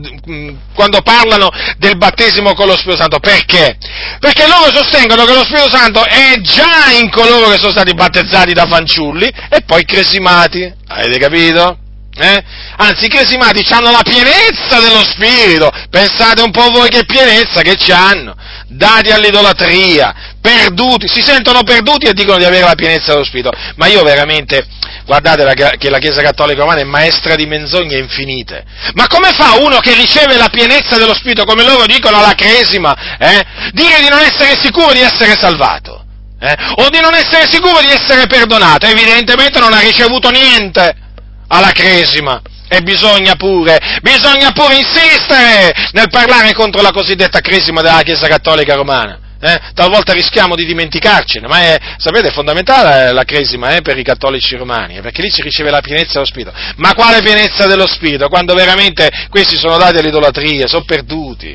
Spirito Santo. Perché? Perché loro sostengono che lo Spirito Santo è già in coloro che sono stati battezzati da fanciulli e poi cresimati. Avete capito? Anzi, i cresimati hanno la pienezza dello Spirito, pensate un po' voi che pienezza che c'hanno, dati all'idolatria, perduti, si sentono perduti e dicono di avere la pienezza dello Spirito, ma io veramente, guardate che la Chiesa Cattolica Romana è maestra di menzogne infinite, ma come fa uno che riceve la pienezza dello Spirito, come loro dicono alla cresima, dire di non essere sicuro di essere salvato, o di non essere sicuro di essere perdonato? Evidentemente non ha ricevuto niente alla cresima, e bisogna pure insistere nel parlare contro la cosiddetta cresima della Chiesa Cattolica Romana. Talvolta rischiamo di dimenticarcene, ma sapete, è fondamentale la cresima per i cattolici romani, perché lì si riceve la pienezza dello Spirito. Ma quale pienezza dello Spirito? Quando veramente questi sono dati all'idolatria, sono perduti.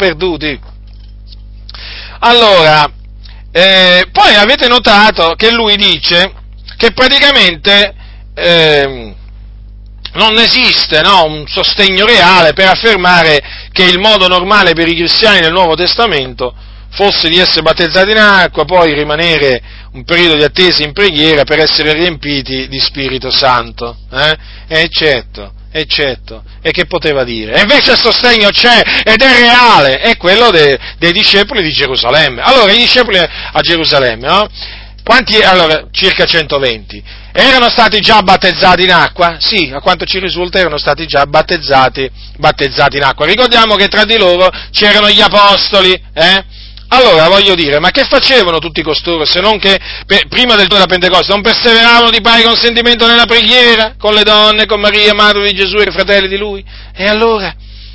Allora, poi avete notato che lui dice che praticamente non esiste, un sostegno reale per affermare che il modo normale per i cristiani nel Nuovo Testamento fosse di essere battezzati in acqua, poi rimanere un periodo di attesa in preghiera per essere riempiti di Spirito Santo. Eccetto. E che poteva dire? E invece il sostegno c'è ed è reale, è quello dei discepoli di Gerusalemme. Allora, i discepoli a Gerusalemme, no? Quanti? Allora, circa 120. Erano stati già battezzati in acqua? Sì, a quanto ci risulta erano stati già battezzati in acqua. Ricordiamo che tra di loro c'erano gli apostoli, Allora, voglio dire, ma che facevano tutti costoro, se non che prima del giorno della Pentecoste non perseveravano di pari consentimento nella preghiera, con le donne, con Maria, madre di Gesù e i fratelli di lui? E allora,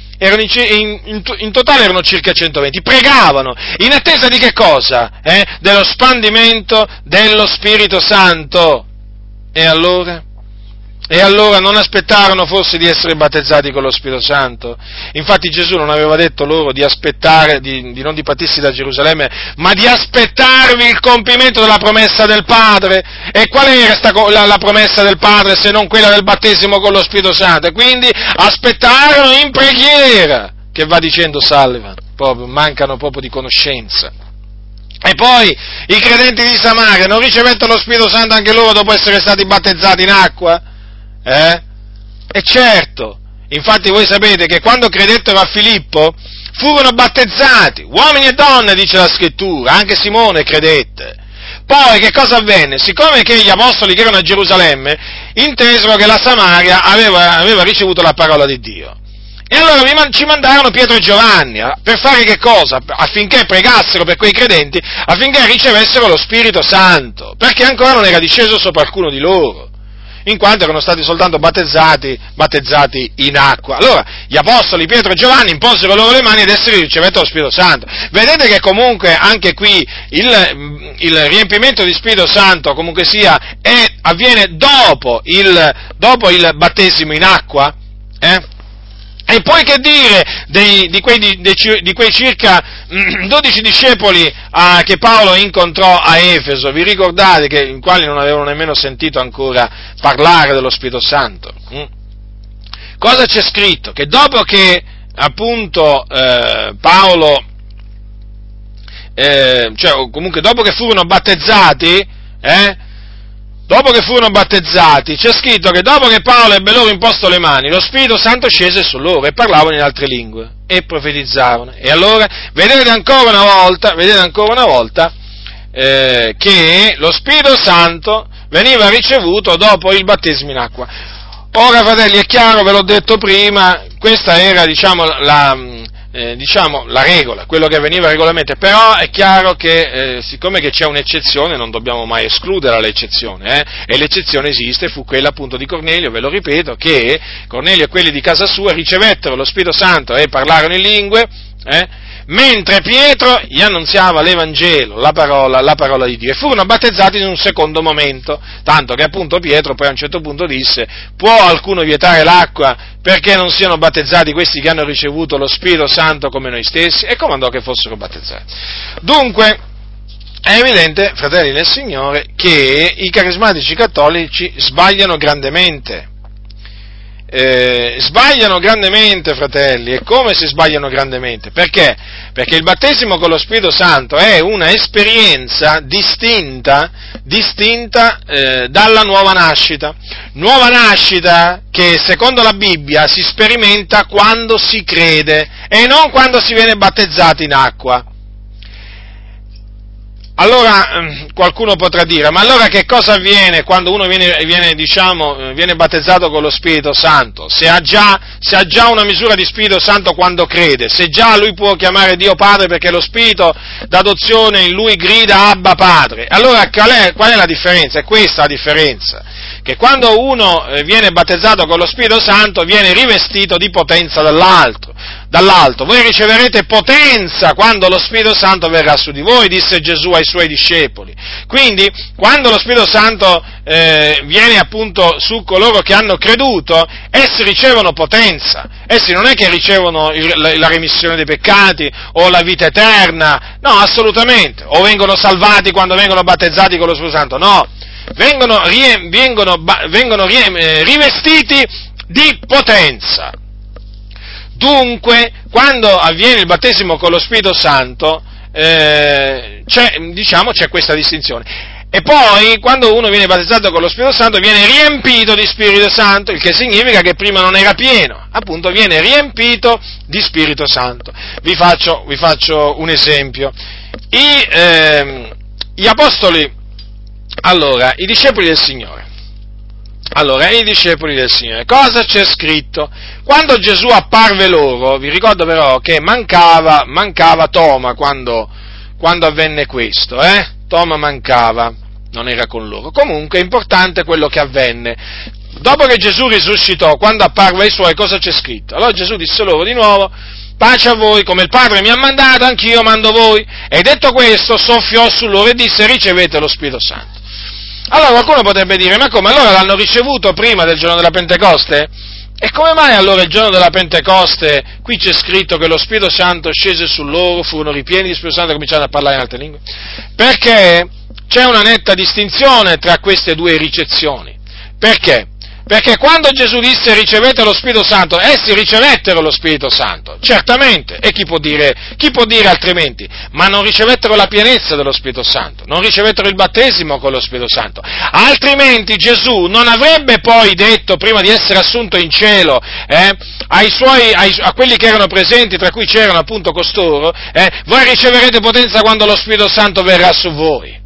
in totale erano circa 120, pregavano, in attesa di che cosa? Dello spandimento dello Spirito Santo. E allora non aspettarono forse di essere battezzati con lo Spirito Santo? Infatti Gesù non aveva detto loro di aspettare, di non dipartirsi da Gerusalemme, ma di aspettarvi il compimento della promessa del Padre. E qual era la promessa del Padre se non quella del battesimo con lo Spirito Santo? E quindi aspettarono in preghiera, che va dicendo Sullivan, mancano proprio di conoscenza. E poi i credenti di Samaria non ricevettero lo Spirito Santo anche loro dopo essere stati battezzati in acqua? E certo, infatti voi sapete che quando credettero a Filippo furono battezzati, uomini e donne, dice la Scrittura, anche Simone credette. Poi che cosa avvenne? Siccome che gli apostoli che erano a Gerusalemme intesero che la Samaria aveva ricevuto la parola di Dio. E allora ci mandarono Pietro e Giovanni per fare che cosa? Affinché pregassero per quei credenti, affinché ricevessero lo Spirito Santo, perché ancora non era disceso sopra alcuno di loro, in quanto erano stati soltanto battezzati in acqua. Allora, gli apostoli Pietro e Giovanni imposero loro le mani ed essi ricevettero lo Spirito Santo. Vedete che comunque anche qui il riempimento di Spirito Santo, comunque sia, avviene dopo il battesimo in acqua, E poi che dire di quei circa 12 discepoli che Paolo incontrò a Efeso? Vi ricordate i quali non avevano nemmeno sentito ancora parlare dello Spirito Santo? Cosa c'è scritto? Che dopo che appunto Paolo, comunque dopo che furono battezzati, c'è scritto che dopo che Paolo ebbe loro imposto le mani, lo Spirito Santo scese su loro e parlavano in altre lingue e profetizzavano. E allora vedete ancora una volta che lo Spirito Santo veniva ricevuto dopo il battesimo in acqua. Ora, fratelli, è chiaro, ve l'ho detto prima, questa era la regola, quello che avveniva regolarmente, però è chiaro che siccome che c'è un'eccezione non dobbiamo mai escludere l'eccezione, e l'eccezione esiste, fu quella appunto di Cornelio, ve lo ripeto, che Cornelio e quelli di casa sua ricevettero lo Spirito Santo e parlarono in lingue, mentre Pietro gli annunziava l'Evangelo, la parola di Dio, e furono battezzati in un secondo momento, tanto che appunto Pietro poi a un certo punto disse: può alcuno vietare l'acqua perché non siano battezzati questi che hanno ricevuto lo Spirito Santo come noi stessi? E comandò che fossero battezzati. Dunque, è evidente, fratelli nel Signore, che i carismatici cattolici sbagliano grandemente. Fratelli, e come si sbagliano grandemente? Perché? Perché il battesimo con lo Spirito Santo è una esperienza distinta dalla nuova nascita che secondo la Bibbia si sperimenta quando si crede e non quando si viene battezzati in acqua. Allora qualcuno potrà dire: ma allora che cosa avviene quando uno viene battezzato con lo Spirito Santo? Se ha già una misura di Spirito Santo quando crede, se già lui può chiamare Dio Padre perché lo Spirito d'adozione in lui grida Abba Padre. Allora qual è la differenza? È questa la differenza, che quando uno viene battezzato con lo Spirito Santo viene rivestito di potenza dall'alto. Voi riceverete potenza quando lo Spirito Santo verrà su di voi, disse Gesù ai suoi discepoli. Quindi, quando lo Spirito Santo viene appunto su coloro che hanno creduto, essi ricevono potenza. Essi non è che ricevono la remissione dei peccati o la vita eterna, no, assolutamente. O vengono salvati quando vengono battezzati con lo Spirito Santo, no. Vengono rivestiti di potenza. Dunque, quando avviene il battesimo con lo Spirito Santo, c'è questa distinzione. E poi, quando uno viene battezzato con lo Spirito Santo, viene riempito di Spirito Santo, il che significa che prima non era pieno, appunto viene riempito di Spirito Santo. Vi faccio un esempio. Gli apostoli, i discepoli del Signore, cosa c'è scritto? Quando Gesù apparve loro, vi ricordo però che mancava Toma quando avvenne questo, Toma mancava, non era con loro. Comunque è importante quello che avvenne. Dopo che Gesù risuscitò, quando apparve ai suoi, cosa c'è scritto? Allora Gesù disse loro di nuovo: pace a voi, come il Padre mi ha mandato, anch'io mando voi. E detto questo, soffiò su loro e disse: ricevete lo Spirito Santo. Allora qualcuno potrebbe dire: ma come, allora l'hanno ricevuto prima del giorno della Pentecoste? E come mai allora il giorno della Pentecoste, qui c'è scritto che lo Spirito Santo scese su loro, furono ripieni di Spirito Santo e cominciarono a parlare in altre lingue? Perché c'è una netta distinzione tra queste due ricezioni. Perché? Perché quando Gesù disse ricevete lo Spirito Santo, essi ricevettero lo Spirito Santo, certamente, e chi può dire altrimenti? Ma non ricevettero la pienezza dello Spirito Santo, non ricevettero il battesimo con lo Spirito Santo, altrimenti Gesù non avrebbe poi detto, prima di essere assunto in cielo, a quelli che erano presenti, tra cui c'erano appunto costoro, voi riceverete potenza quando lo Spirito Santo verrà su voi,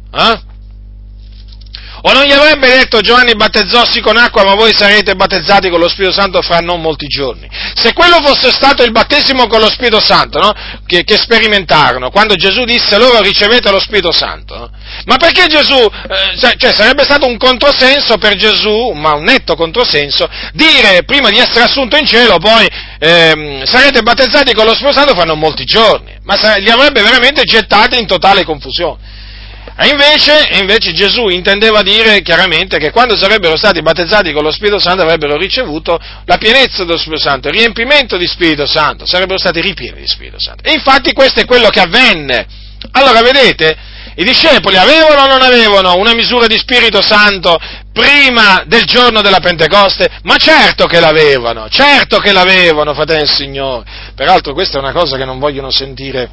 O non gli avrebbe detto: Giovanni battezzò sì con acqua, ma voi sarete battezzati con lo Spirito Santo fra non molti giorni? Se quello fosse stato il battesimo con lo Spirito Santo, no? che sperimentarono, quando Gesù disse loro ricevete lo Spirito Santo, no? Ma perché Gesù, sarebbe stato un controsenso per Gesù, ma un netto controsenso, dire prima di essere assunto in cielo poi sarete battezzati con lo Spirito Santo fra non molti giorni, ma li avrebbe veramente gettati in totale confusione. E invece Gesù intendeva dire chiaramente che quando sarebbero stati battezzati con lo Spirito Santo avrebbero ricevuto la pienezza dello Spirito Santo, il riempimento di Spirito Santo, sarebbero stati ripieni di Spirito Santo. E infatti questo è quello che avvenne. Allora vedete, i discepoli avevano o non avevano una misura di Spirito Santo prima del giorno della Pentecoste? Ma certo che l'avevano, fratelli del Signore. Peraltro questa è una cosa che non vogliono sentire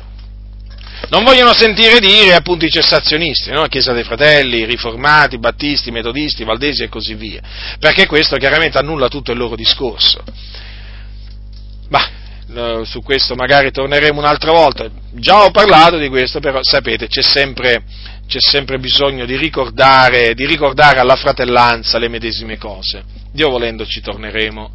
dire appunto i cessazionisti, no? Chiesa dei Fratelli, riformati, battisti, metodisti, valdesi e così via, perché questo chiaramente annulla tutto il loro discorso. Su questo magari torneremo un'altra volta, già ho parlato di questo, però sapete, c'è sempre bisogno di ricordare alla fratellanza le medesime cose. Dio volendo ci torneremo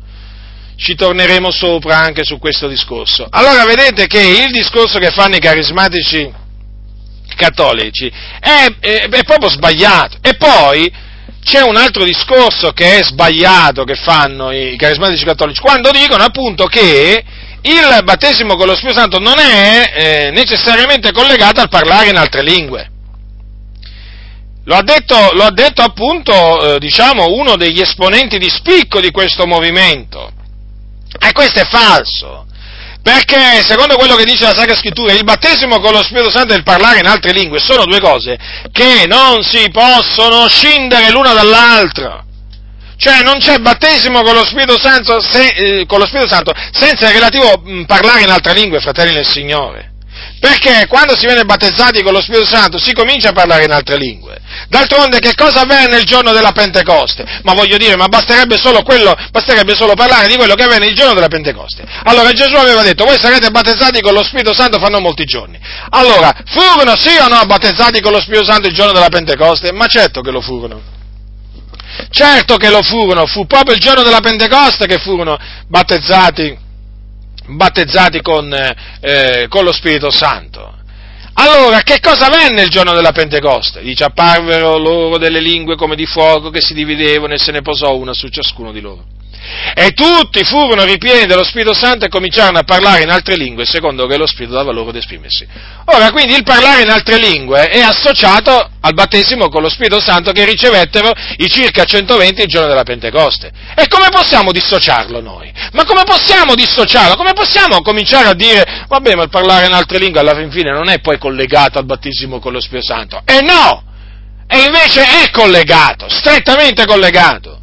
sopra anche su questo discorso. Allora vedete che il discorso che fanno i carismatici cattolici è proprio sbagliato. E poi c'è un altro discorso che è sbagliato che fanno i carismatici cattolici, quando dicono appunto che il battesimo con lo Spirito Santo non è necessariamente collegato al parlare in altre lingue. Lo ha detto appunto, uno degli esponenti di spicco di questo movimento. E questo è falso, perché secondo quello che dice la Sacra Scrittura, il battesimo con lo Spirito Santo e il parlare in altre lingue sono due cose che non si possono scindere l'una dall'altra. Cioè non c'è battesimo con lo Spirito Santo, senza il relativo parlare in altre lingue, fratelli nel Signore. Perché quando si viene battezzati con lo Spirito Santo si comincia a parlare in altre lingue. D'altronde che cosa avvenne il giorno della Pentecoste? Ma basterebbe solo parlare di quello che avvenne il giorno della Pentecoste. Allora Gesù aveva detto: voi sarete battezzati con lo Spirito Santo fra non molti giorni. Allora, furono sì o no battezzati con lo Spirito Santo il giorno della Pentecoste? Ma certo che lo furono. Certo che lo furono, fu proprio il giorno della Pentecoste che furono battezzati con lo Spirito Santo. Allora, che cosa avvenne il giorno della Pentecoste? Dice: apparvero loro delle lingue come di fuoco che si dividevano e se ne posò una su ciascuno di loro. E tutti furono ripieni dello Spirito Santo e cominciarono a parlare in altre lingue secondo che lo Spirito dava loro ad esprimersi. Ora, quindi il parlare in altre lingue è associato al battesimo con lo Spirito Santo che ricevettero i circa 120 il giorno della Pentecoste. E come possiamo dissociarlo noi? Ma come possiamo dissociarlo? Come possiamo cominciare a dire: vabbè, ma il parlare in altre lingue alla fine non è poi collegato al battesimo con lo Spirito Santo? E no! E invece è collegato, strettamente collegato.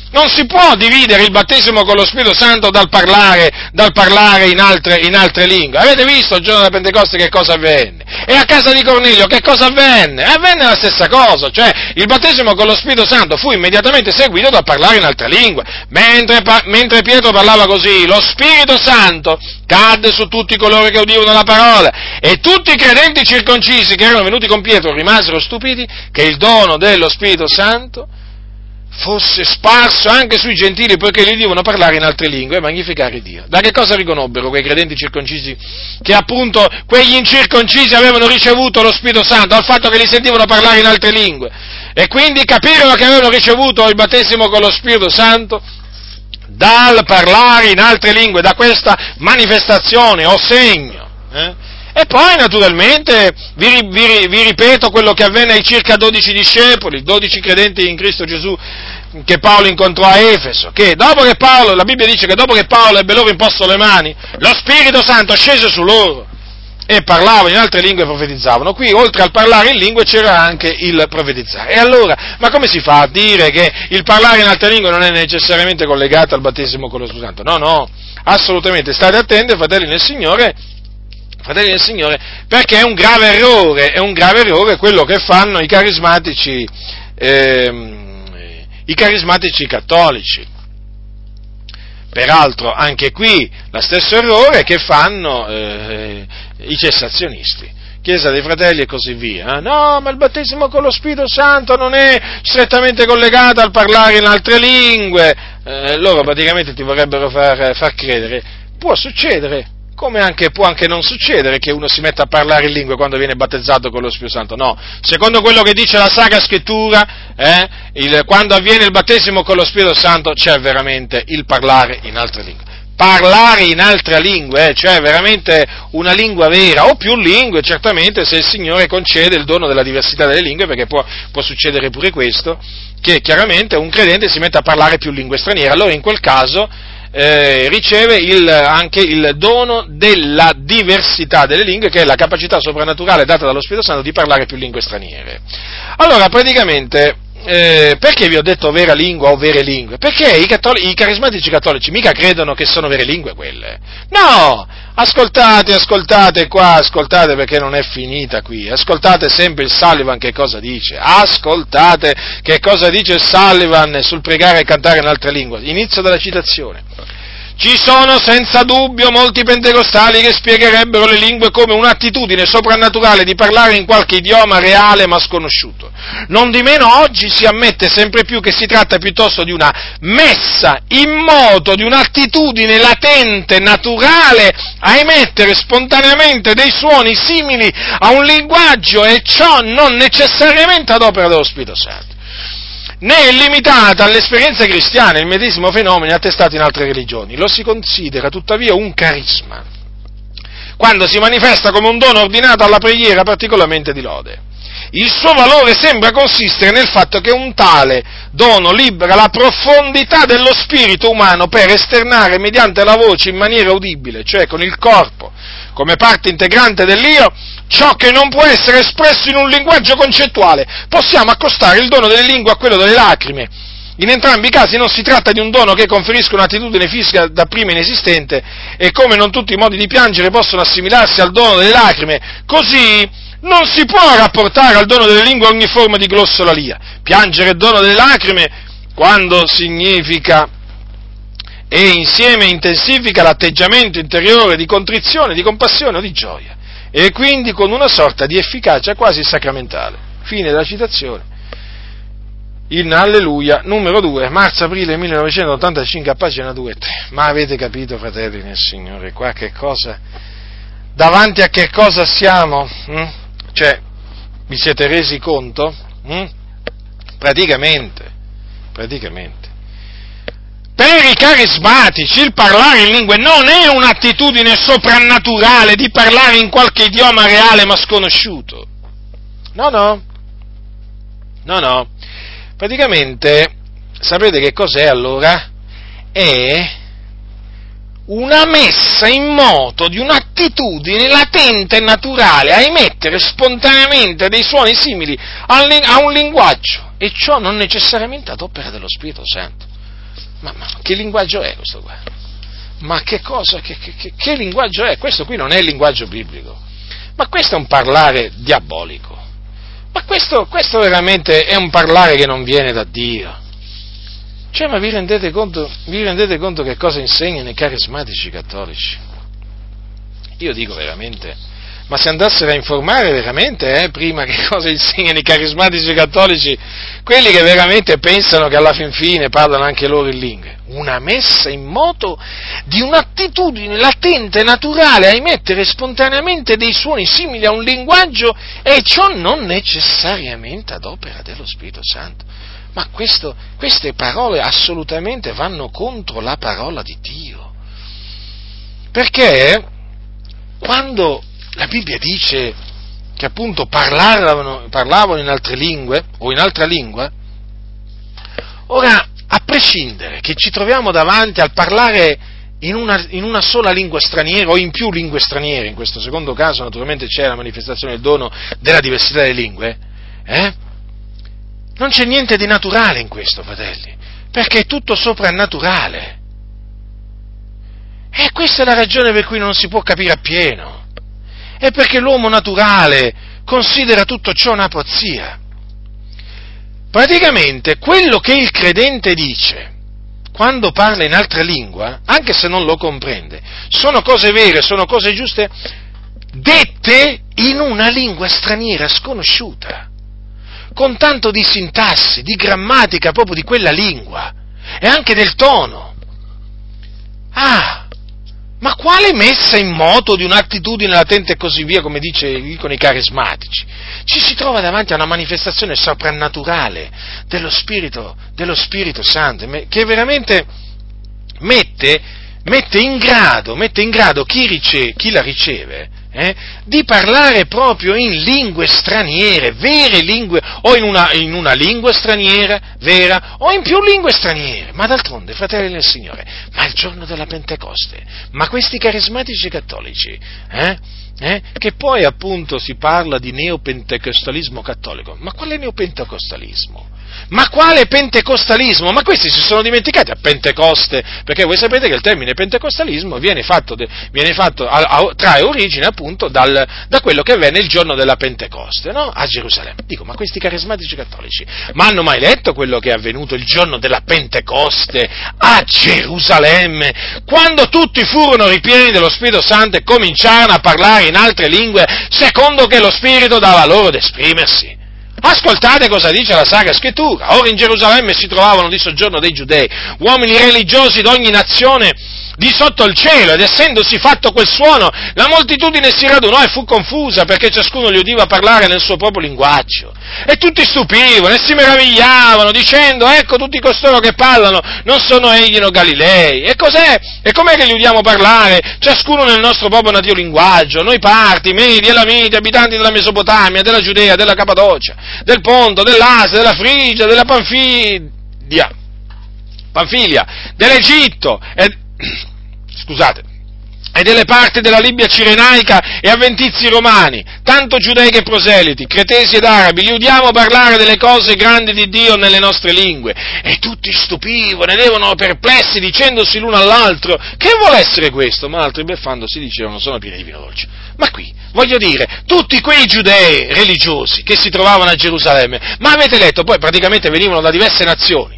Non si può dividere il battesimo con lo Spirito Santo dal parlare in altre lingue. Avete visto il giorno della Pentecoste che cosa avvenne? E a casa di Cornelio che cosa avvenne? Avvenne la stessa cosa, cioè il battesimo con lo Spirito Santo fu immediatamente seguito dal parlare in altre lingue. Mentre Pietro parlava così, lo Spirito Santo cadde su tutti coloro che udivano la parola, e tutti i credenti circoncisi che erano venuti con Pietro rimasero stupiti che il dono dello Spirito Santo fosse sparso anche sui gentili, poiché gli udivano parlare in altre lingue e magnificare Dio. Da che cosa riconobbero quei credenti circoncisi che appunto quegli incirconcisi avevano ricevuto lo Spirito Santo? Dal fatto che li sentivano parlare in altre lingue, e quindi capirono che avevano ricevuto il battesimo con lo Spirito Santo dal parlare in altre lingue, da questa manifestazione o segno. E poi naturalmente vi ripeto quello che avvenne ai circa 12 discepoli, 12 credenti in Cristo Gesù che Paolo incontrò a Efeso, che dopo che Paolo, la Bibbia dice che dopo che Paolo ebbe loro imposto le mani, lo Spirito Santo scese su loro e parlavano in altre lingue e profetizzavano. Qui oltre al parlare in lingue c'era anche il profetizzare. E allora, ma come si fa a dire che il parlare in altre lingue non è necessariamente collegato al battesimo con lo Spirito Santo? No, assolutamente, state attenti, fratelli nel Signore, perché è un grave errore quello che fanno i carismatici cattolici. Peraltro anche qui lo stesso errore che fanno i cessazionisti, Chiesa dei Fratelli e così via. No, ma il battesimo con lo Spirito Santo non è strettamente collegato al parlare in altre lingue. Loro praticamente ti vorrebbero far credere. Può succedere, come può anche non succedere che uno si metta a parlare in lingue quando viene battezzato con lo Spirito Santo. No, secondo quello che dice la Sacra Scrittura, quando avviene il battesimo con lo Spirito Santo c'è veramente il parlare in altre lingue. Parlare in altre lingue, cioè veramente una lingua vera, o più lingue, certamente, se il Signore concede il dono della diversità delle lingue, perché può succedere pure questo, che chiaramente un credente si mette a parlare più lingue straniere. Allora in quel caso riceve anche il dono della diversità delle lingue, che è la capacità soprannaturale data dallo Spirito Santo di parlare più lingue straniere. Allora, praticamente, perché vi ho detto vera lingua o vere lingue? Perché i carismatici cattolici mica credono che sono vere lingue quelle. No! Ascoltate perché non è finita qui. Ascoltate sempre il Sullivan che cosa dice. Ascoltate che cosa dice il Sullivan sul pregare e cantare in altre lingue. Inizio dalla citazione. Ci sono senza dubbio molti pentecostali che spiegherebbero le lingue come un'attitudine soprannaturale di parlare in qualche idioma reale ma sconosciuto. Nondimeno oggi si ammette sempre più che si tratta piuttosto di una messa in moto, di un'attitudine latente, naturale, a emettere spontaneamente dei suoni simili a un linguaggio, e ciò non necessariamente ad opera dello Spirito Santo. Né è limitata all'esperienza cristiana, il medesimo fenomeno è attestato in altre religioni. Lo si considera tuttavia un carisma, quando si manifesta come un dono ordinato alla preghiera particolarmente di lode. Il suo valore sembra consistere nel fatto che un tale dono libera la profondità dello spirito umano per esternare mediante la voce in maniera udibile, cioè con il corpo, come parte integrante dell'io, ciò che non può essere espresso in un linguaggio concettuale. Possiamo accostare il dono delle lingue a quello delle lacrime. In entrambi i casi non si tratta di un dono che conferisca un'attitudine fisica dapprima inesistente, e come non tutti i modi di piangere possono assimilarsi al dono delle lacrime, così non si può rapportare al dono delle lingue ogni forma di glossolalia. Piangere il dono delle lacrime quando significa e insieme intensifica l'atteggiamento interiore di contrizione, di compassione o di gioia, e quindi con una sorta di efficacia quasi sacramentale. Fine della citazione. In Alleluia, numero 2, marzo-aprile 1985, a pagina 2 e 3. Ma avete capito, fratelli nel Signore, qua che cosa, davanti a che cosa siamo? Cioè, vi siete resi conto? Praticamente. Per i carismatici il parlare in lingue non è un'attitudine soprannaturale di parlare in qualche idioma reale ma sconosciuto. No. Praticamente, sapete che cos'è allora? È una messa in moto di un'attitudine latente e naturale a emettere spontaneamente dei suoni simili a un linguaggio, e ciò non necessariamente ad opera dello Spirito Santo. Ma che linguaggio è questo qua? Ma che cosa, che linguaggio è? Questo qui non è il linguaggio biblico, ma questo è un parlare diabolico, ma questo veramente è un parlare che non viene da Dio. Cioè, ma vi rendete conto che cosa insegnano i carismatici cattolici? Io dico veramente, ma se andassero a informare veramente, prima che cosa insegnano i carismatici cattolici, quelli che veramente pensano che alla fin fine parlano anche loro in lingue, una messa in moto di un'attitudine latente, naturale, a emettere spontaneamente dei suoni simili a un linguaggio, e ciò non necessariamente ad opera dello Spirito Santo. Ma queste parole assolutamente vanno contro la parola di Dio, perché quando la Bibbia dice che appunto parlavano in altre lingue o in altra lingua, ora, a prescindere che ci troviamo davanti al parlare in una sola lingua straniera o in più lingue straniere, in questo secondo caso naturalmente c'è la manifestazione del dono della diversità delle lingue, non c'è niente di naturale in questo, fratelli, perché è tutto soprannaturale. E questa è la ragione per cui non si può capire appieno. È perché l'uomo naturale considera tutto ciò una pazzia. Praticamente quello che il credente dice quando parla in altra lingua, anche se non lo comprende, sono cose vere, sono cose giuste, dette in una lingua straniera sconosciuta, con tanto di sintassi, di grammatica proprio di quella lingua, e anche del tono. Ma quale messa in moto di un'attitudine latente e così via, come dicono i carismatici? Ci si trova davanti a una manifestazione soprannaturale dello Spirito Santo, che veramente mette in grado chi la riceve, di parlare proprio in lingue straniere, vere lingue, o in una lingua straniera vera, o in più lingue straniere. Ma d'altronde, fratelli del Signore, ma il giorno della Pentecoste, ma questi carismatici cattolici, che poi appunto si parla di neopentecostalismo cattolico, ma quale neopentecostalismo? Ma quale pentecostalismo? Ma questi si sono dimenticati a Pentecoste, perché voi sapete che il termine pentecostalismo trae origine appunto da quello che avvenne il giorno della Pentecoste, no? A Gerusalemme. Dico, ma questi carismatici cattolici, ma hanno mai letto quello che è avvenuto il giorno della Pentecoste a Gerusalemme, quando tutti furono ripieni dello Spirito Santo e cominciarono a parlare in altre lingue, secondo che lo Spirito dava loro ad esprimersi? Ascoltate cosa dice la Sacra Scrittura. Ora in Gerusalemme si trovavano di soggiorno dei giudei, uomini religiosi d'ogni nazione di sotto il cielo, ed essendosi fatto quel suono, la moltitudine si radunò e fu confusa, perché ciascuno li udiva parlare nel suo proprio linguaggio. E tutti stupivano e si meravigliavano, dicendo, ecco tutti costoro che parlano, non sono egli no Galilei? E cos'è? E com'è che li udiamo parlare, ciascuno nel nostro proprio natio linguaggio, noi parti, Medi, Elamiti, abitanti della Mesopotamia, della Giudea, della Cappadocia, del Ponto, dell'Asia, della Frigia, della Panfilia, dell'Egitto, e delle parti della Libia cirenaica e avventizi romani, tanto giudei che proseliti, cretesi ed arabi, li udiamo parlare delle cose grandi di Dio nelle nostre lingue, e tutti stupivano ed erano perplessi, dicendosi l'uno all'altro, che vuole essere questo? Ma altri beffandosi dicevano, sono pieni di vino dolce. Ma qui, voglio dire, tutti quei giudei religiosi che si trovavano a Gerusalemme, ma avete letto, poi praticamente venivano da diverse nazioni,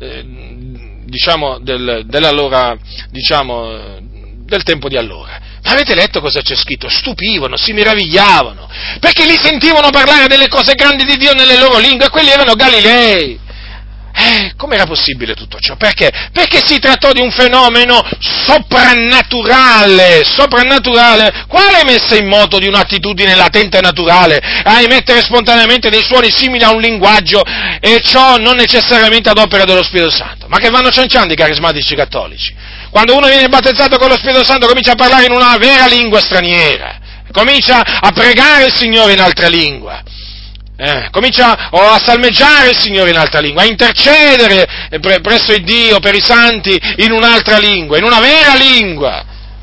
del tempo di allora. Ma avete letto cosa c'è scritto? Stupivano, si meravigliavano, perché li sentivano parlare delle cose grandi di Dio nelle loro lingue, e quelli erano Galilei. Com'era possibile tutto ciò? Perché? Perché si trattò di un fenomeno soprannaturale. Quale messa in moto di un'attitudine latente e naturale a emettere spontaneamente dei suoni simili a un linguaggio, e ciò non necessariamente ad opera dello Spirito Santo? Ma che vanno cianciando i carismatici cattolici? Quando uno viene battezzato con lo Spirito Santo comincia a parlare in una vera lingua straniera, comincia a pregare il Signore in altra lingua. Comincia a salmeggiare il Signore in altra lingua, a intercedere presso il Dio per i santi in un'altra lingua, in una vera lingua.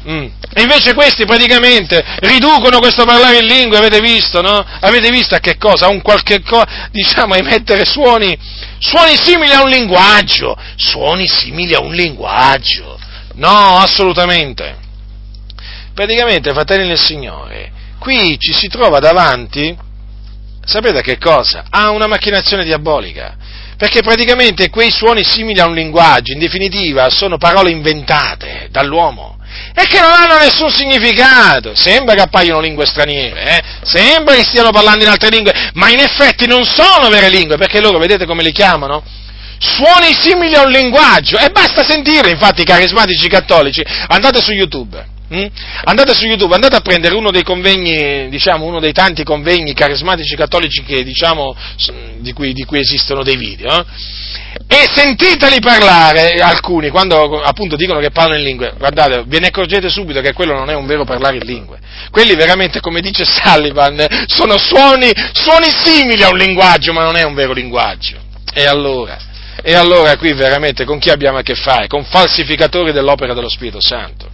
E invece questi praticamente riducono questo parlare in lingue, avete visto, no? Avete visto a che cosa? A un qualche diciamo, a emettere suoni simili a un linguaggio, suoni simili a un linguaggio. No, assolutamente. Praticamente, fratelli del Signore, qui ci si trova davanti, sapete a che cosa? A una macchinazione diabolica. Perché praticamente quei suoni simili a un linguaggio, in definitiva, sono parole inventate dall'uomo e che non hanno nessun significato. Sembra che appaiono lingue straniere, sembra che stiano parlando in altre lingue, ma in effetti non sono vere lingue, perché loro, vedete come li chiamano? Suoni simili a un linguaggio, e basta sentire, infatti, i carismatici cattolici. Andate su YouTube, andate a prendere uno dei convegni, diciamo, uno dei tanti convegni carismatici cattolici che, diciamo, di cui esistono dei video, e sentiteli parlare, alcuni, quando appunto dicono che parlano in lingue. Guardate, ve ne accorgete subito che quello non è un vero parlare in lingue. Quelli veramente, come dice Sullivan, sono suoni simili a un linguaggio, ma non è un vero linguaggio. E allora qui veramente con chi abbiamo a che fare? Con falsificatori dell'opera dello Spirito Santo.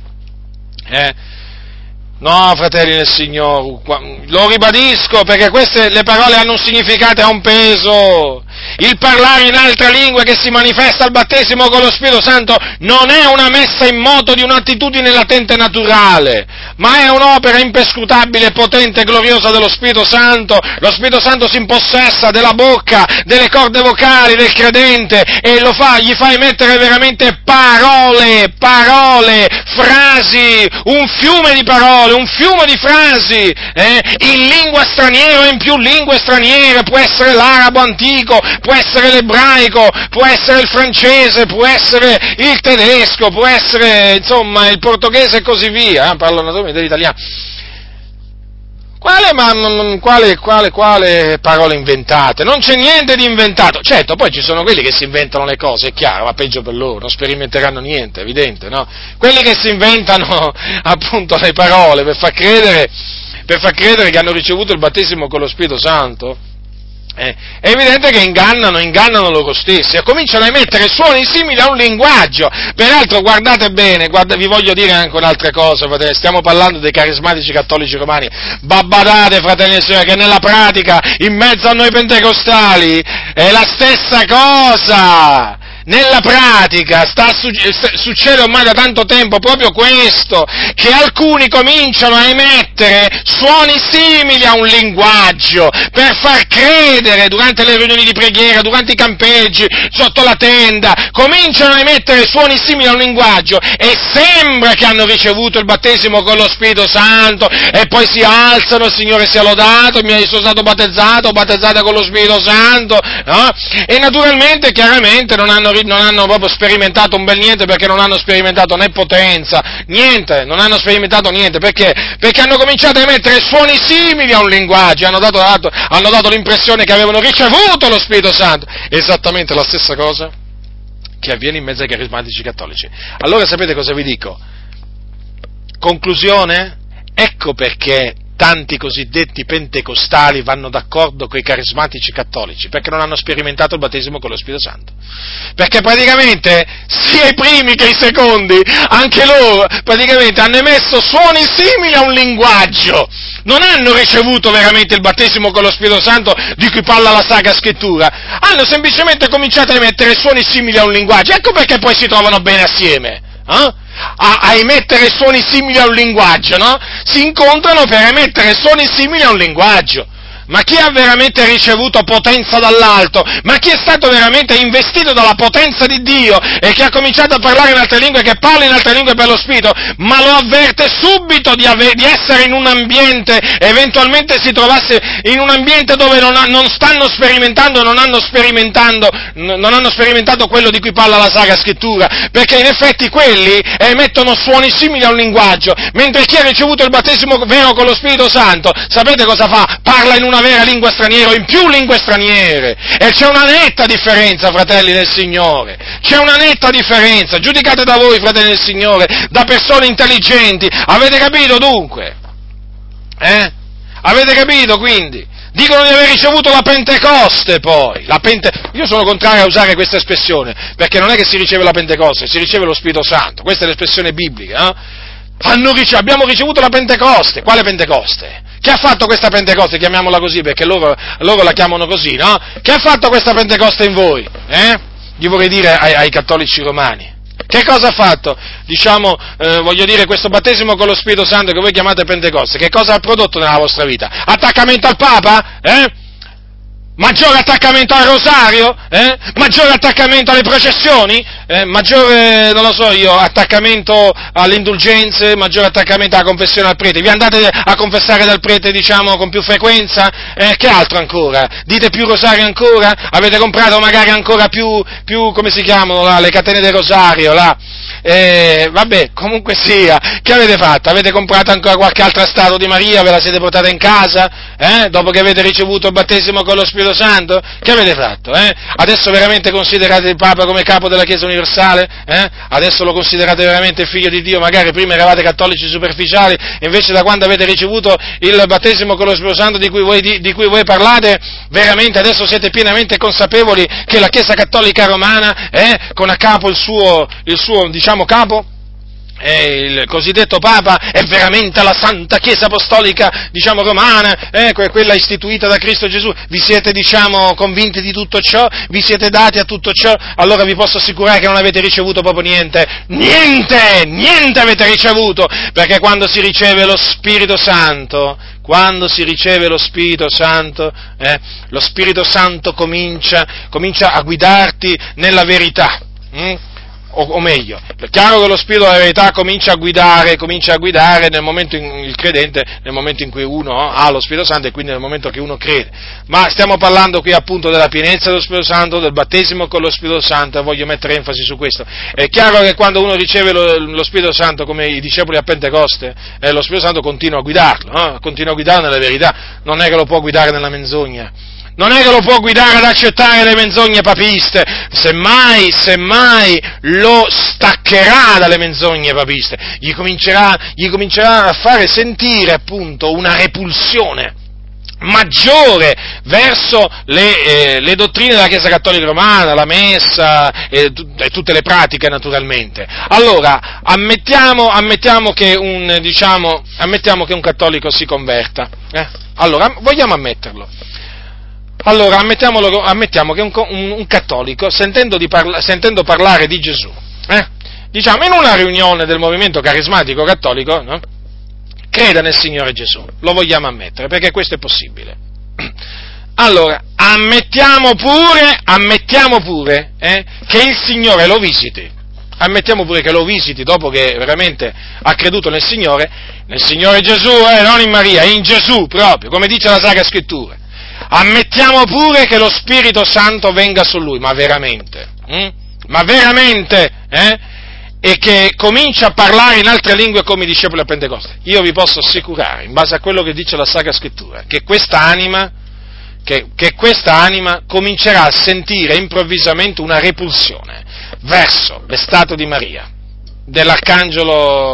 No, fratelli del Signore, lo ribadisco, perché queste, le parole hanno un significato e un peso. Il parlare in altra lingua che si manifesta al battesimo con lo Spirito Santo non è una messa in moto di un'attitudine latente naturale, ma è un'opera imperscrutabile, potente e gloriosa dello Spirito Santo. Lo Spirito Santo si impossessa della bocca, delle corde vocali del credente e gli fa emettere veramente parole, frasi, un fiume di parole, un fiume di frasi, in lingua straniera o in più lingue straniere, può essere l'arabo antico, può essere l'ebraico, può essere il francese, può essere il tedesco, può essere, insomma, il portoghese e così via, parlo naturalmente dell'italiano. Quale parole inventate? Non c'è niente di inventato. Certo, poi ci sono quelli che si inventano le cose, è chiaro, ma peggio per loro, non sperimenteranno niente, è evidente, no? Quelli che si inventano appunto le parole per far credere che hanno ricevuto il battesimo con lo Spirito Santo, è evidente che ingannano loro stessi e cominciano a emettere suoni simili a un linguaggio. Peraltro, guardate bene, vi voglio dire anche un'altra cosa, fratelli, stiamo parlando dei carismatici cattolici romani. Badate, fratelli e sorelle, che nella pratica, in mezzo a noi pentecostali, è la stessa cosa. Nella pratica succede ormai da tanto tempo proprio questo, che alcuni cominciano a emettere suoni simili a un linguaggio per far credere durante le riunioni di preghiera, durante i campeggi, sotto la tenda, cominciano a emettere suoni simili a un linguaggio e sembra che hanno ricevuto il battesimo con lo Spirito Santo e poi si alzano, il Signore sia lodato, sono stato battezzata con lo Spirito Santo, no? E naturalmente, chiaramente non hanno proprio sperimentato un bel niente, perché non hanno sperimentato né potenza, niente, non hanno sperimentato niente, perché hanno cominciato a emettere suoni simili a un linguaggio, hanno dato l'impressione che avevano ricevuto lo Spirito Santo, esattamente la stessa cosa che avviene in mezzo ai carismatici cattolici. Allora sapete cosa vi dico? Conclusione? Ecco perché tanti cosiddetti pentecostali vanno d'accordo con i carismatici cattolici, perché non hanno sperimentato il battesimo con lo Spirito Santo. Perché praticamente sia i primi che i secondi, anche loro praticamente hanno emesso suoni simili a un linguaggio, non hanno ricevuto veramente il battesimo con lo Spirito Santo di cui parla la Sacra Scrittura, hanno semplicemente cominciato a emettere suoni simili a un linguaggio, ecco perché poi si trovano bene assieme, a emettere suoni simili a un linguaggio, no? Si incontrano per emettere suoni simili a un linguaggio. Ma chi ha veramente ricevuto potenza dall'alto? Ma chi è stato veramente investito dalla potenza di Dio e che ha cominciato a parlare in altre lingue, che parla in altre lingue per lo Spirito, ma lo avverte subito di essere in un ambiente, eventualmente si trovasse in un ambiente dove non stanno sperimentando, non hanno sperimentato quello di cui parla la Sacra Scrittura, perché in effetti quelli emettono suoni simili a un linguaggio, mentre chi ha ricevuto il battesimo vero con lo Spirito Santo, sapete cosa fa? Parla in una vera lingua straniera o in più lingue straniere, e c'è una netta differenza, fratelli del Signore, c'è una netta differenza, giudicate da voi, fratelli del Signore, da persone intelligenti, avete capito dunque? Avete capito quindi? Dicono di aver ricevuto la Pentecoste poi, io sono contrario a usare questa espressione, perché non è che si riceve la Pentecoste, si riceve lo Spirito Santo, questa è l'espressione biblica, abbiamo ricevuto la Pentecoste. Quale Pentecoste? Che ha fatto questa Pentecoste? Chiamiamola così perché loro la chiamano così, no? Che ha fatto questa Pentecoste in voi? Gli vorrei dire ai cattolici romani. Che cosa ha fatto? Questo battesimo con lo Spirito Santo che voi chiamate Pentecoste, che cosa ha prodotto nella vostra vita? Attaccamento al Papa? Maggiore attaccamento al rosario? Maggiore attaccamento alle processioni? Maggiore, attaccamento alle indulgenze? Maggiore attaccamento alla confessione al prete? Vi andate a confessare dal prete, con più frequenza? Che altro ancora? Dite più rosario ancora? Avete comprato magari ancora più come si chiamano là, le catene del rosario, là? Comunque sia, che avete fatto? Avete comprato ancora qualche altra statua di Maria, ve la siete portata in casa? Dopo che avete ricevuto il battesimo con lo Spirito Santo? Che avete fatto? Adesso veramente considerate il Papa come capo della Chiesa universale? Adesso lo considerate veramente figlio di Dio? Magari prima eravate cattolici superficiali, e invece da quando avete ricevuto il battesimo con lo Spirito Santo di cui voi parlate, veramente adesso siete pienamente consapevoli che la Chiesa cattolica romana, con a capo il suo capo, il cosiddetto Papa, è veramente la Santa Chiesa Apostolica, romana, quella istituita da Cristo Gesù. Vi siete, convinti di tutto ciò? Vi siete dati a tutto ciò? Allora vi posso assicurare che non avete ricevuto proprio niente avete ricevuto, perché quando si riceve lo Spirito Santo, lo Spirito Santo comincia a guidarti nella verità. O meglio, è chiaro che lo Spirito della verità comincia a guidare nel momento il credente, nel momento in cui uno ha lo Spirito Santo, e quindi nel momento che uno crede. Ma stiamo parlando qui appunto della pienezza dello Spirito Santo, del battesimo con lo Spirito Santo, e voglio mettere enfasi su questo. È chiaro che quando uno riceve lo Spirito Santo, come i discepoli a Pentecoste, lo Spirito Santo continua a guidarlo, continua a guidarlo nella verità, non è che lo può guidare nella menzogna. Non è che lo può guidare ad accettare le menzogne papiste, semmai lo staccherà dalle menzogne papiste, gli comincerà a fare sentire appunto una repulsione maggiore verso le dottrine della Chiesa Cattolica Romana, la Messa e tutte le pratiche naturalmente. Allora, ammettiamo che un cattolico si converta. Allora, vogliamo ammetterlo. Allora, ammettiamo che un cattolico, sentendo parlare di Gesù, in una riunione del movimento carismatico cattolico, no? Creda nel Signore Gesù, lo vogliamo ammettere, perché questo è possibile. Allora, ammettiamo pure che il Signore lo visiti. Ammettiamo pure che lo visiti dopo che veramente ha creduto nel Signore Gesù, non in Maria, in Gesù proprio, come dice la Sacra Scrittura. Ammettiamo pure che lo Spirito Santo venga su lui, ma veramente? E che comincia a parlare in altre lingue come i discepoli a Pentecoste. Io vi posso assicurare, in base a quello che dice la Sacra Scrittura, che questa anima comincerà a sentire improvvisamente una repulsione verso l'estatua di Maria, dell'arcangelo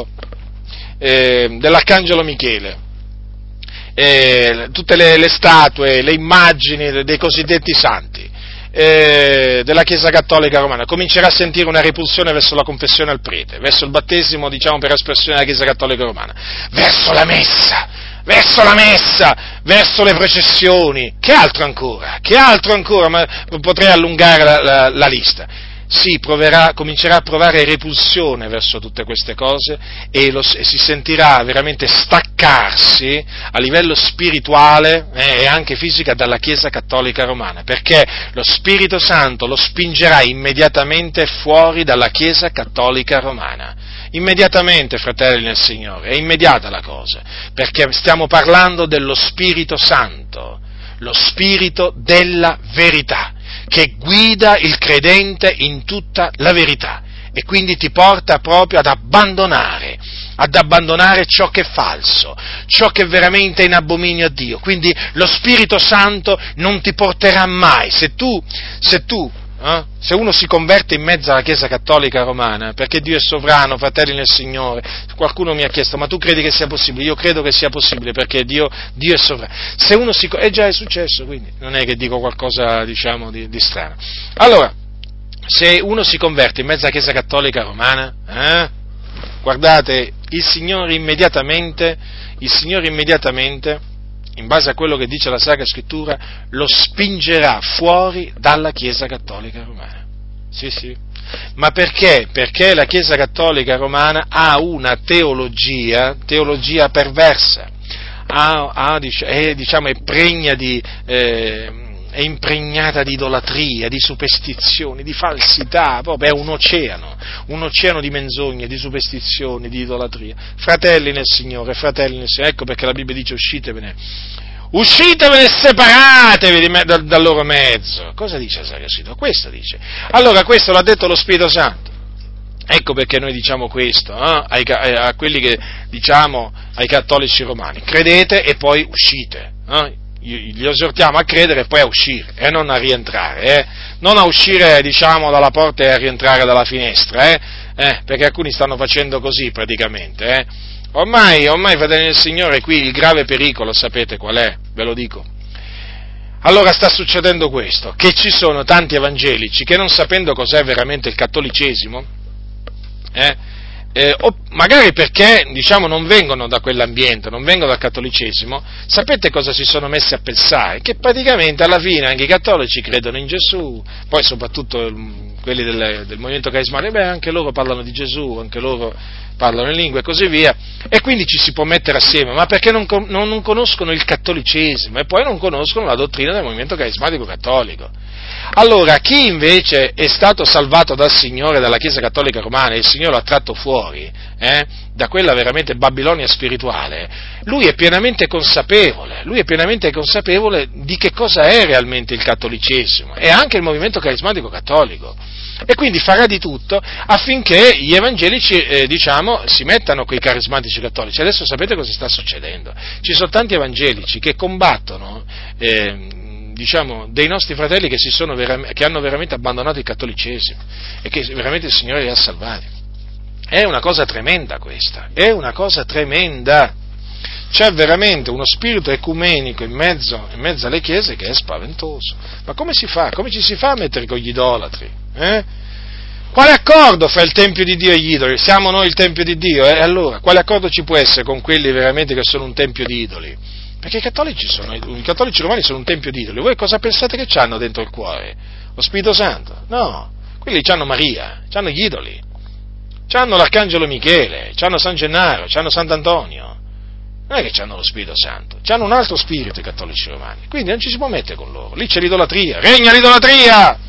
Michele, tutte le statue, le immagini dei cosiddetti santi della Chiesa Cattolica Romana, comincerà a sentire una repulsione verso la confessione al prete, verso il battesimo, per espressione della Chiesa Cattolica Romana, verso la messa, verso le processioni, che altro ancora? Ma potrei allungare la lista. Comincerà a provare repulsione verso tutte queste cose e si sentirà veramente staccarsi a livello spirituale e anche fisica dalla Chiesa Cattolica Romana, perché lo Spirito Santo lo spingerà immediatamente fuori dalla Chiesa Cattolica Romana. Immediatamente, fratelli nel Signore, è immediata la cosa, perché stiamo parlando dello Spirito Santo, lo Spirito della verità, che guida il credente in tutta la verità e quindi ti porta proprio ad abbandonare ciò che è falso, ciò che è veramente in abominio a Dio. Quindi lo Spirito Santo non ti porterà mai, se uno si converte in mezzo alla Chiesa Cattolica Romana, perché Dio è sovrano, fratelli nel Signore. Qualcuno mi ha chiesto, ma tu credi che sia possibile? Io credo che sia possibile, perché Dio è sovrano. Se uno già è successo, quindi non è che dico qualcosa, di strano. Allora, se uno si converte in mezzo alla Chiesa Cattolica Romana, guardate, il Signore immediatamente, in base a quello che dice la Sacra Scrittura, lo spingerà fuori dalla Chiesa Cattolica Romana. Sì, sì. Ma perché? Perché la Chiesa Cattolica Romana ha una teologia perversa, è impregnata di idolatria, di superstizioni, di falsità, proprio è un oceano di menzogne, di superstizioni, di idolatria. Fratelli nel Signore, ecco perché la Bibbia dice uscitevene e separatevi dal loro mezzo. Cosa dice la Sacra Scrittura? Questo dice. Allora questo l'ha detto lo Spirito Santo. Ecco perché noi diciamo questo a quelli che diciamo ai cattolici romani: credete e poi uscite. Li esortiamo a credere e poi a uscire e non a rientrare, non a uscire diciamo dalla porta e a rientrare dalla finestra, perché alcuni stanno facendo così praticamente. Ormai, fratelli del Signore, qui il grave pericolo sapete qual è? Ve lo dico. Allora sta succedendo questo, che ci sono tanti evangelici che non sapendo cos'è veramente il cattolicesimo, o magari perché diciamo non vengono da quell'ambiente, non vengono dal cattolicesimo, sapete cosa si sono messi a pensare? Che praticamente alla fine anche i cattolici credono in Gesù, poi soprattutto quelli del movimento carismatico, anche loro parlano di Gesù, anche loro parlano in lingue e così via, e quindi ci si può mettere assieme, ma perché non conoscono il cattolicesimo e poi non conoscono la dottrina del movimento carismatico cattolico. Allora, chi invece è stato salvato dal Signore, dalla Chiesa Cattolica Romana, e il Signore lo ha tratto fuori, da quella veramente Babilonia spirituale, lui è pienamente consapevole di che cosa è realmente il cattolicesimo e anche il movimento carismatico cattolico. E quindi farà di tutto affinché gli evangelici, si mettano coi carismatici cattolici. Adesso sapete cosa sta succedendo? Ci sono tanti evangelici che combattono, dei nostri fratelli che hanno veramente abbandonato il cattolicesimo e che veramente il Signore li ha salvati. È una cosa tremenda questa, è una cosa tremenda. C'è veramente uno spirito ecumenico in mezzo alle chiese che è spaventoso. Ma come si fa? Come ci si fa a mettere con gli idolatri? Quale accordo fra il Tempio di Dio e gli idoli? Siamo noi il Tempio di Dio? Allora, quale accordo ci può essere con quelli veramente che sono un tempio di idoli? Perché i cattolici romani sono un tempio di idoli. Voi cosa pensate che c'hanno dentro il cuore? Lo Spirito Santo? No, quelli c'hanno Maria, c'hanno gli idoli, c'hanno l'Arcangelo Michele, c'hanno San Gennaro, c'hanno Sant'Antonio. Non è che c'hanno lo Spirito Santo, c'hanno un altro spirito i cattolici romani, quindi non ci si può mettere con loro, lì c'è l'idolatria, regna l'idolatria!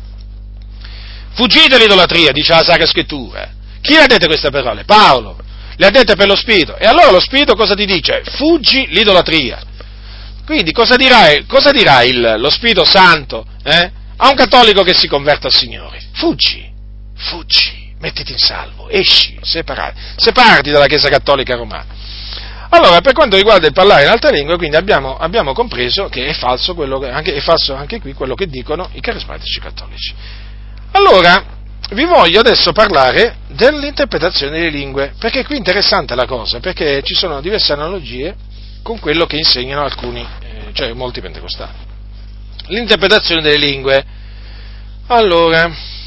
Fuggite l'idolatria, dice la Sacra Scrittura. Chi le ha dette queste parole? Paolo. Le ha dette per lo Spirito. E allora lo Spirito cosa ti dice? Fuggi l'idolatria. Quindi cosa dirà lo Spirito Santo a un cattolico che si converte al Signore? Fuggi, mettiti in salvo, esci, separati dalla Chiesa Cattolica Romana. Allora, per quanto riguarda il parlare in altre lingue, quindi abbiamo compreso che è falso anche qui quello che dicono i carismatici cattolici. Allora, vi voglio adesso parlare dell'interpretazione delle lingue, perché qui è interessante la cosa, perché ci sono diverse analogie con quello che insegnano alcuni, molti pentecostali. L'interpretazione delle lingue. Allora,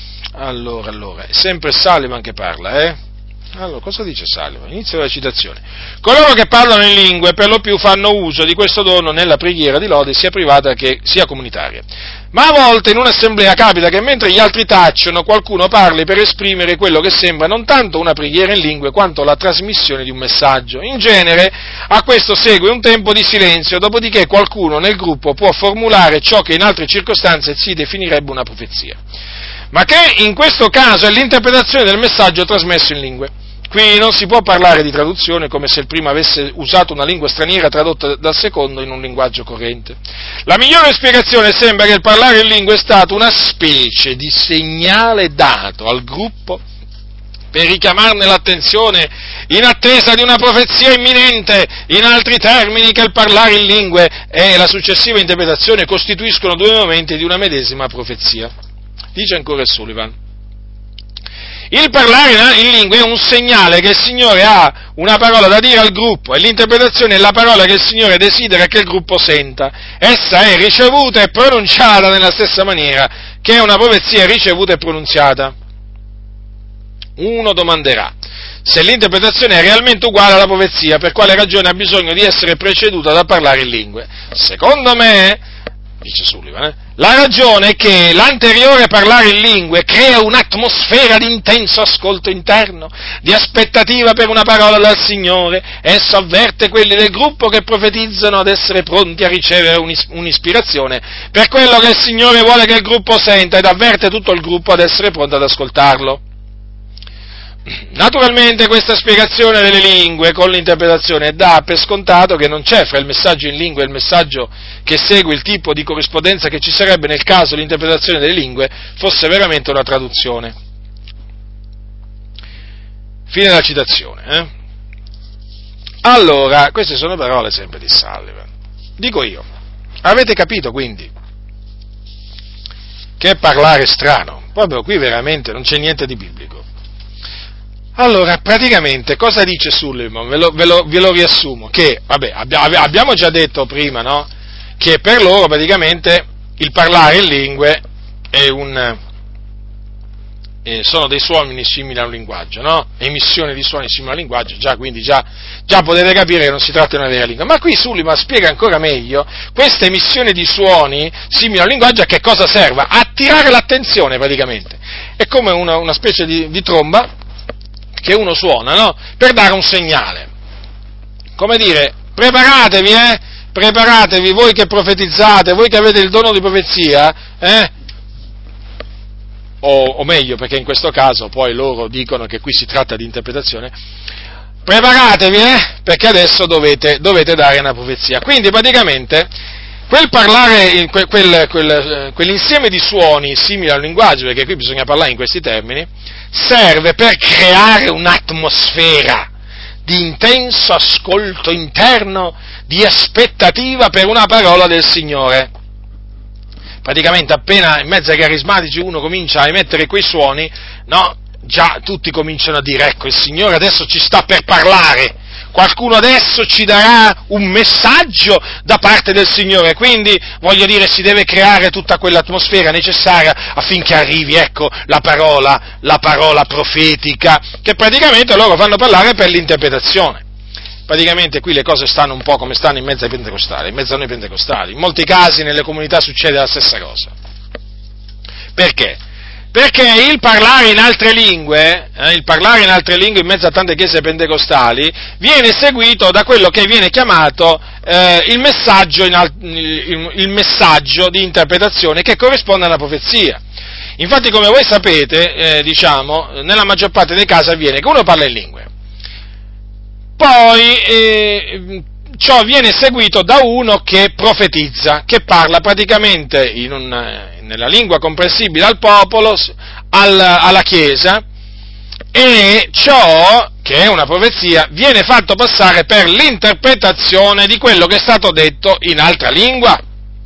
è sempre Sullivan che parla, Allora, cosa dice Sullivan? Inizio la citazione. Coloro che parlano in lingue per lo più fanno uso di questo dono nella preghiera di lode sia privata che sia comunitaria. Ma a volte in un'assemblea capita che mentre gli altri tacciono qualcuno parli per esprimere quello che sembra non tanto una preghiera in lingue quanto la trasmissione di un messaggio. In genere a questo segue un tempo di silenzio, dopodiché qualcuno nel gruppo può formulare ciò che in altre circostanze si definirebbe una profezia, ma che in questo caso è l'interpretazione del messaggio trasmesso in lingue. Qui non si può parlare di traduzione come se il primo avesse usato una lingua straniera tradotta dal secondo in un linguaggio corrente. La migliore spiegazione sembra che il parlare in lingue è stato una specie di segnale dato al gruppo per richiamarne l'attenzione in attesa di una profezia imminente. In altri termini, che il parlare in lingue e la successiva interpretazione costituiscono due momenti di una medesima profezia. Dice ancora Sullivan. Il parlare in lingue è un segnale che il Signore ha una parola da dire al gruppo e l'interpretazione è la parola che il Signore desidera che il gruppo senta. Essa è ricevuta e pronunciata nella stessa maniera che una profezia è ricevuta e pronunziata. Uno domanderà: se l'interpretazione è realmente uguale alla profezia, per quale ragione ha bisogno di essere preceduta da parlare in lingue? Secondo me, dice Sullivan, la ragione è che l'anteriore parlare in lingue crea un'atmosfera di intenso ascolto interno, di aspettativa per una parola dal Signore. Esso avverte quelli del gruppo che profetizzano ad essere pronti a ricevere un'ispirazione per quello che il Signore vuole che il gruppo senta, ed avverte tutto il gruppo ad essere pronto ad ascoltarlo. Naturalmente questa spiegazione delle lingue con l'interpretazione dà per scontato che non c'è fra il messaggio in lingua e il messaggio che segue il tipo di corrispondenza che ci sarebbe nel caso l'interpretazione delle lingue fosse veramente una traduzione. Fine della citazione. Allora, queste sono parole sempre di Sullivan. Dico io, avete capito quindi che parlare strano? Proprio qui veramente non c'è niente di biblico. Allora, praticamente, cosa dice Sullivan? Ve lo riassumo, che, abbiamo già detto prima, no? Che per loro, praticamente, il parlare in lingue sono dei suoni simili a un linguaggio, no? Emissione di suoni simili a un linguaggio, quindi già potete capire che non si tratta di una vera lingua. Ma qui Sullivan spiega ancora meglio, questa emissione di suoni simili a un linguaggio a che cosa serve? A attirare l'attenzione, praticamente. È come una specie di tromba che uno suona, no? Per dare un segnale. Come dire, preparatevi voi che profetizzate, voi che avete il dono di profezia, o meglio, perché in questo caso poi loro dicono che qui si tratta di interpretazione, preparatevi, perché adesso dovete dare una profezia. Quindi praticamente quel parlare, quell'insieme di suoni simili al linguaggio, perché qui bisogna parlare in questi termini, serve per creare un'atmosfera di intenso ascolto interno, di aspettativa per una parola del Signore. Praticamente appena in mezzo ai carismatici uno comincia a emettere quei suoni, no? Già tutti cominciano a dire, ecco, il Signore adesso ci sta per parlare, qualcuno adesso ci darà un messaggio da parte del Signore, quindi, voglio dire, si deve creare tutta quell'atmosfera necessaria affinché arrivi, ecco, la parola profetica, che praticamente loro fanno parlare per l'interpretazione. Praticamente qui le cose stanno un po' come stanno in mezzo ai pentecostali, in mezzo a noi pentecostali. In molti casi nelle comunità succede la stessa cosa. Perché? Perché il parlare in altre lingue in mezzo a tante chiese pentecostali viene seguito da quello che viene chiamato il messaggio di interpretazione che corrisponde alla profezia. Infatti, come voi sapete, nella maggior parte dei casi avviene che uno parla in lingue, poi ciò viene seguito da uno che profetizza, che parla praticamente nella lingua comprensibile al popolo, alla Chiesa, e ciò, che è una profezia, viene fatto passare per l'interpretazione di quello che è stato detto in altra lingua.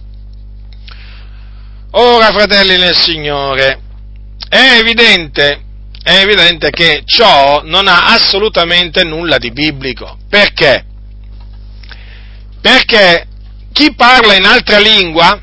Ora, fratelli nel Signore, è evidente che ciò non ha assolutamente nulla di biblico. Perché? Perché chi parla in altra lingua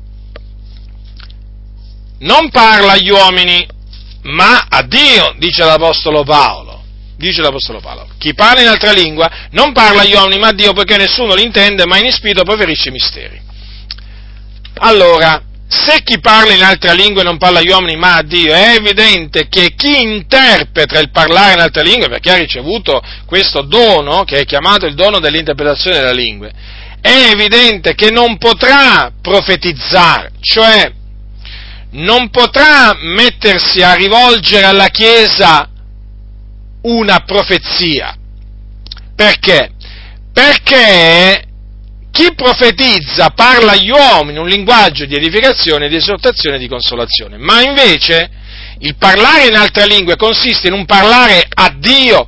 non parla agli uomini, ma a Dio, dice l'Apostolo Paolo. Chi parla in altra lingua non parla agli uomini, ma a Dio, poiché nessuno li intende, ma in spirito proferisce i misteri. Allora, se chi parla in altra lingua non parla agli uomini ma a Dio, è evidente che chi interpreta il parlare in altre lingue, perché ha ricevuto questo dono, che è chiamato il dono dell'interpretazione delle lingue, è evidente che non potrà profetizzare, cioè non potrà mettersi a rivolgere alla Chiesa una profezia. Perché? Perché chi profetizza parla agli uomini un linguaggio di edificazione, di esortazione e di consolazione, ma invece il parlare in altre lingue consiste in un parlare a Dio.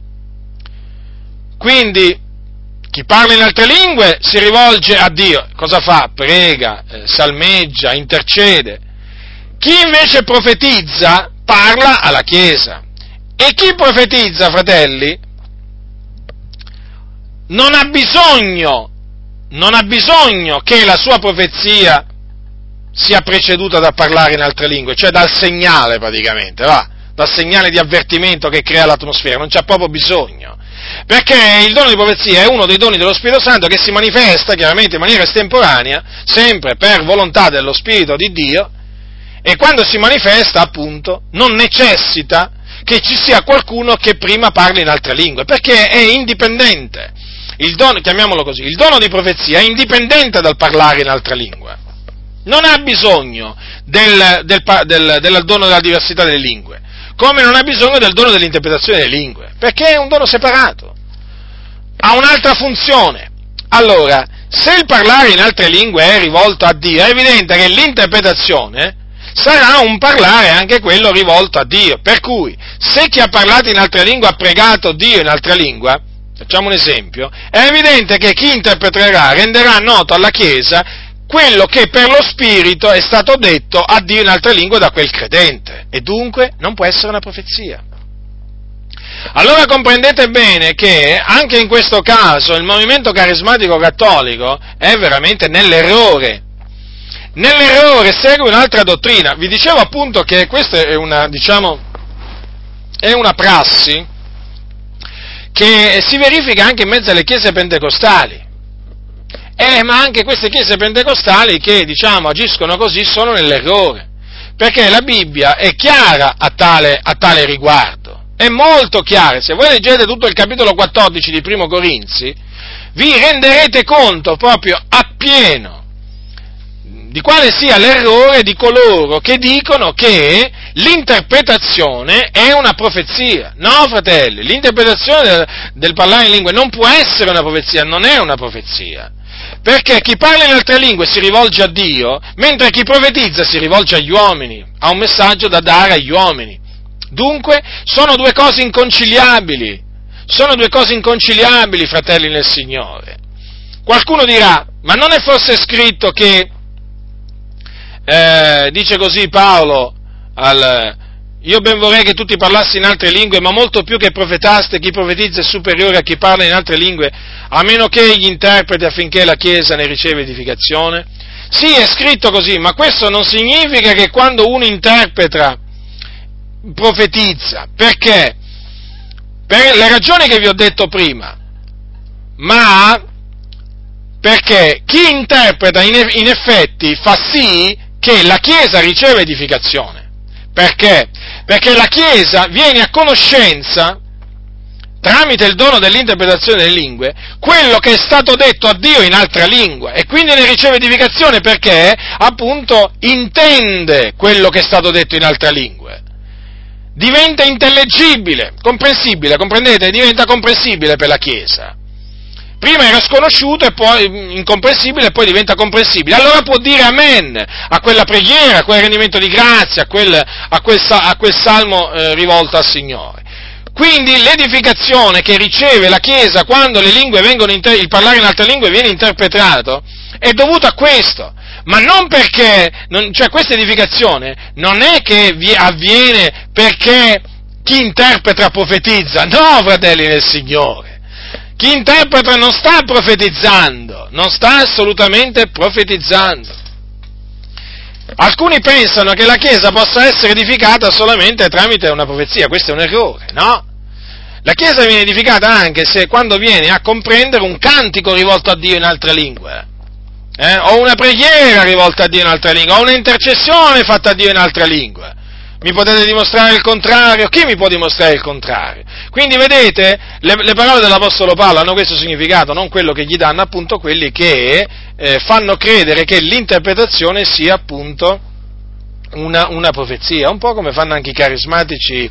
Quindi chi parla in altre lingue si rivolge a Dio. Cosa fa? Prega, salmeggia, intercede. Chi invece profetizza parla alla Chiesa. E chi profetizza, fratelli, non ha bisogno che la sua profezia sia preceduta da parlare in altre lingue, cioè dal segnale praticamente, dal segnale di avvertimento che crea l'atmosfera, non c'è proprio bisogno. Perché il dono di profezia è uno dei doni dello Spirito Santo che si manifesta chiaramente in maniera estemporanea, sempre per volontà dello Spirito di Dio, e quando si manifesta, appunto, non necessita che ci sia qualcuno che prima parli in altre lingue, perché è indipendente. Il dono, chiamiamolo così, il dono di profezia è indipendente dal parlare in altra lingua. Non ha bisogno del dono della diversità delle lingue, come non ha bisogno del dono dell'interpretazione delle lingue, perché è un dono separato, ha un'altra funzione. Allora, se il parlare in altre lingue è rivolto a Dio, è evidente che l'interpretazione sarà un parlare anche quello rivolto a Dio, per cui se chi ha parlato in altre lingue ha pregato Dio in altra lingua, facciamo un esempio, è evidente che chi interpreterà renderà noto alla Chiesa quello che per lo Spirito è stato detto a Dio in altre lingue da quel credente, e dunque non può essere una profezia. Allora comprendete bene che anche in questo caso il movimento carismatico cattolico è veramente nell'errore, segue un'altra dottrina. Vi dicevo appunto che questa è una prassi che si verifica anche in mezzo alle chiese pentecostali. Ma anche queste chiese pentecostali che, agiscono così sono nell'errore, perché la Bibbia è chiara a tale riguardo, è molto chiara. Se voi leggete tutto il capitolo 14 di Primo Corinzi, vi renderete conto proprio appieno di quale sia l'errore di coloro che dicono che l'interpretazione è una profezia. No, fratelli, l'interpretazione del parlare in lingue non può essere una profezia, non è una profezia. Perché chi parla in altre lingue si rivolge a Dio, mentre chi profetizza si rivolge agli uomini, ha un messaggio da dare agli uomini. Dunque, sono due cose inconciliabili, fratelli nel Signore. Qualcuno dirà, ma non è forse scritto che, dice così Paolo, io ben vorrei che tutti parlassi in altre lingue, ma molto più che profetaste, chi profetizza è superiore a chi parla in altre lingue, a meno che egli interpreti affinché la Chiesa ne riceva edificazione. Sì, è scritto così, ma questo non significa che quando uno interpreta, profetizza. Perché? Per le ragioni che vi ho detto prima, ma perché chi interpreta in effetti fa sì che la Chiesa riceva edificazione. Perché? Perché la Chiesa viene a conoscenza, tramite il dono dell'interpretazione delle lingue, quello che è stato detto a Dio in altra lingua, e quindi ne riceve edificazione perché, appunto, intende quello che è stato detto in altra lingua. Diventa intellegibile, comprensibile, comprendete? Diventa comprensibile per la Chiesa. Prima era sconosciuto e poi incomprensibile e poi diventa comprensibile. Allora può dire amen a quella preghiera, a quel rendimento di grazia, a quel salmo rivolto al Signore. Quindi l'edificazione che riceve la Chiesa quando le lingue il parlare in altre lingue viene interpretato è dovuta a questo. Ma non perché, questa edificazione non è che avviene perché chi interpreta profetizza, no, fratelli nel Signore. Chi interpreta non sta profetizzando, non sta assolutamente profetizzando. Alcuni pensano che la Chiesa possa essere edificata solamente tramite una profezia, questo è un errore, no? La Chiesa viene edificata anche quando viene a comprendere un cantico rivolto a Dio in altre lingue, o una preghiera rivolta a Dio in altre lingue, o un'intercessione fatta a Dio in altre lingue. Mi potete dimostrare il contrario? Chi mi può dimostrare il contrario? Quindi vedete, le parole dell'Apostolo Paolo hanno questo significato, non quello che gli danno appunto quelli che fanno credere che l'interpretazione sia appunto una profezia, un po' come fanno anche i carismatici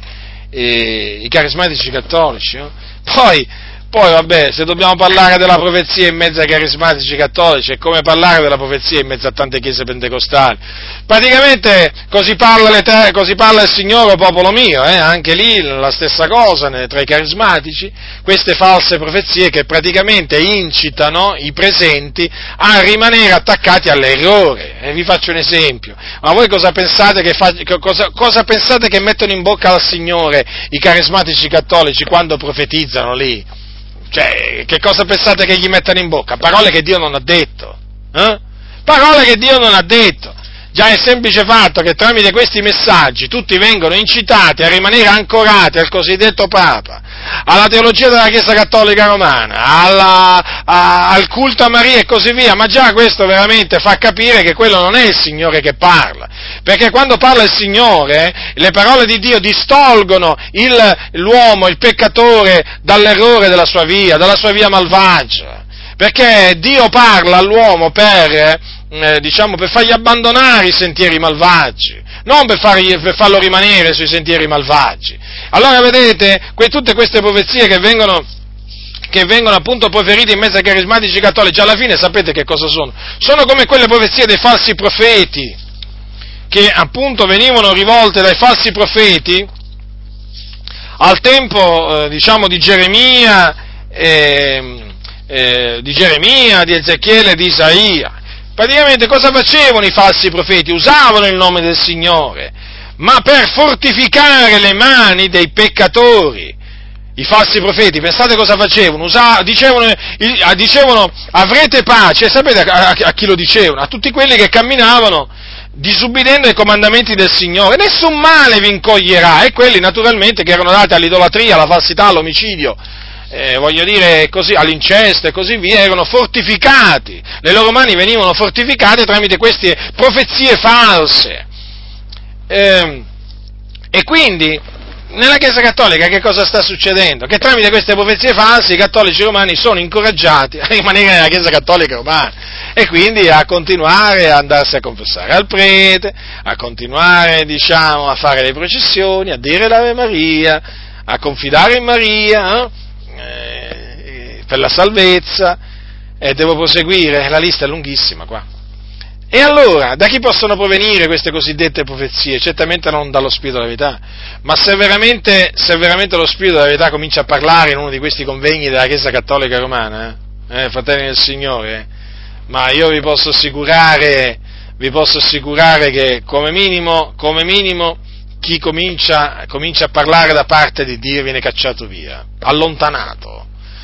cattolici. No? Poi vabbè, se dobbiamo parlare della profezia in mezzo ai carismatici cattolici, è come parlare della profezia in mezzo a tante chiese pentecostali. Praticamente così parla il Signore, o popolo mio, anche lì la stessa cosa tra i carismatici, queste false profezie che praticamente incitano i presenti a rimanere attaccati all'errore. Vi faccio un esempio. Ma voi cosa pensate cosa pensate che mettono in bocca al Signore i carismatici cattolici quando profetizzano lì? Cioè, che cosa pensate che gli mettano in bocca? Parole che Dio non ha detto. Parole che Dio non ha detto. Già il semplice fatto che tramite questi messaggi tutti vengono incitati a rimanere ancorati al cosiddetto Papa, alla teologia della Chiesa Cattolica Romana, al culto a Maria e così via, ma già questo veramente fa capire che quello non è il Signore che parla, perché quando parla il Signore, le parole di Dio distolgono l'uomo, il peccatore, dall'errore della sua via malvagia, perché Dio parla all'uomo per fargli abbandonare i sentieri malvagi, non per farlo rimanere sui sentieri malvagi. Allora vedete, tutte queste profezie che vengono appunto proferite in mezzo ai carismatici cattolici, alla fine sapete che cosa sono? Sono come quelle profezie dei falsi profeti, che appunto venivano rivolte dai falsi profeti al tempo, di Geremia, di Ezechiele e di Isaia. Praticamente cosa facevano i falsi profeti? Usavano il nome del Signore, ma per fortificare le mani dei peccatori. I falsi profeti, pensate cosa facevano? Dicevano avrete pace, e sapete a chi lo dicevano? A tutti quelli che camminavano disubbidendo ai comandamenti del Signore. Nessun male vi incoglierà, e quelli naturalmente che erano dati all'idolatria, alla falsità, all'omicidio, così, all'incesto e così via, erano fortificati, le loro mani venivano fortificate tramite queste profezie false. E quindi, nella Chiesa Cattolica che cosa sta succedendo? Che tramite queste profezie false i cattolici romani sono incoraggiati a rimanere nella Chiesa Cattolica Romana e quindi a continuare a andarsi a confessare al prete, a continuare, a fare le processioni, a dire l'Ave Maria, a confidare in Maria, per la salvezza, e devo proseguire, la lista è lunghissima qua. E allora, da chi possono provenire queste cosiddette profezie? Certamente non dallo Spirito della verità, ma se veramente lo Spirito della verità comincia a parlare in uno di questi convegni della Chiesa Cattolica Romana, fratelli del Signore, ma io vi posso assicurare che come minimo chi comincia a parlare da parte di Dio viene cacciato via, allontanato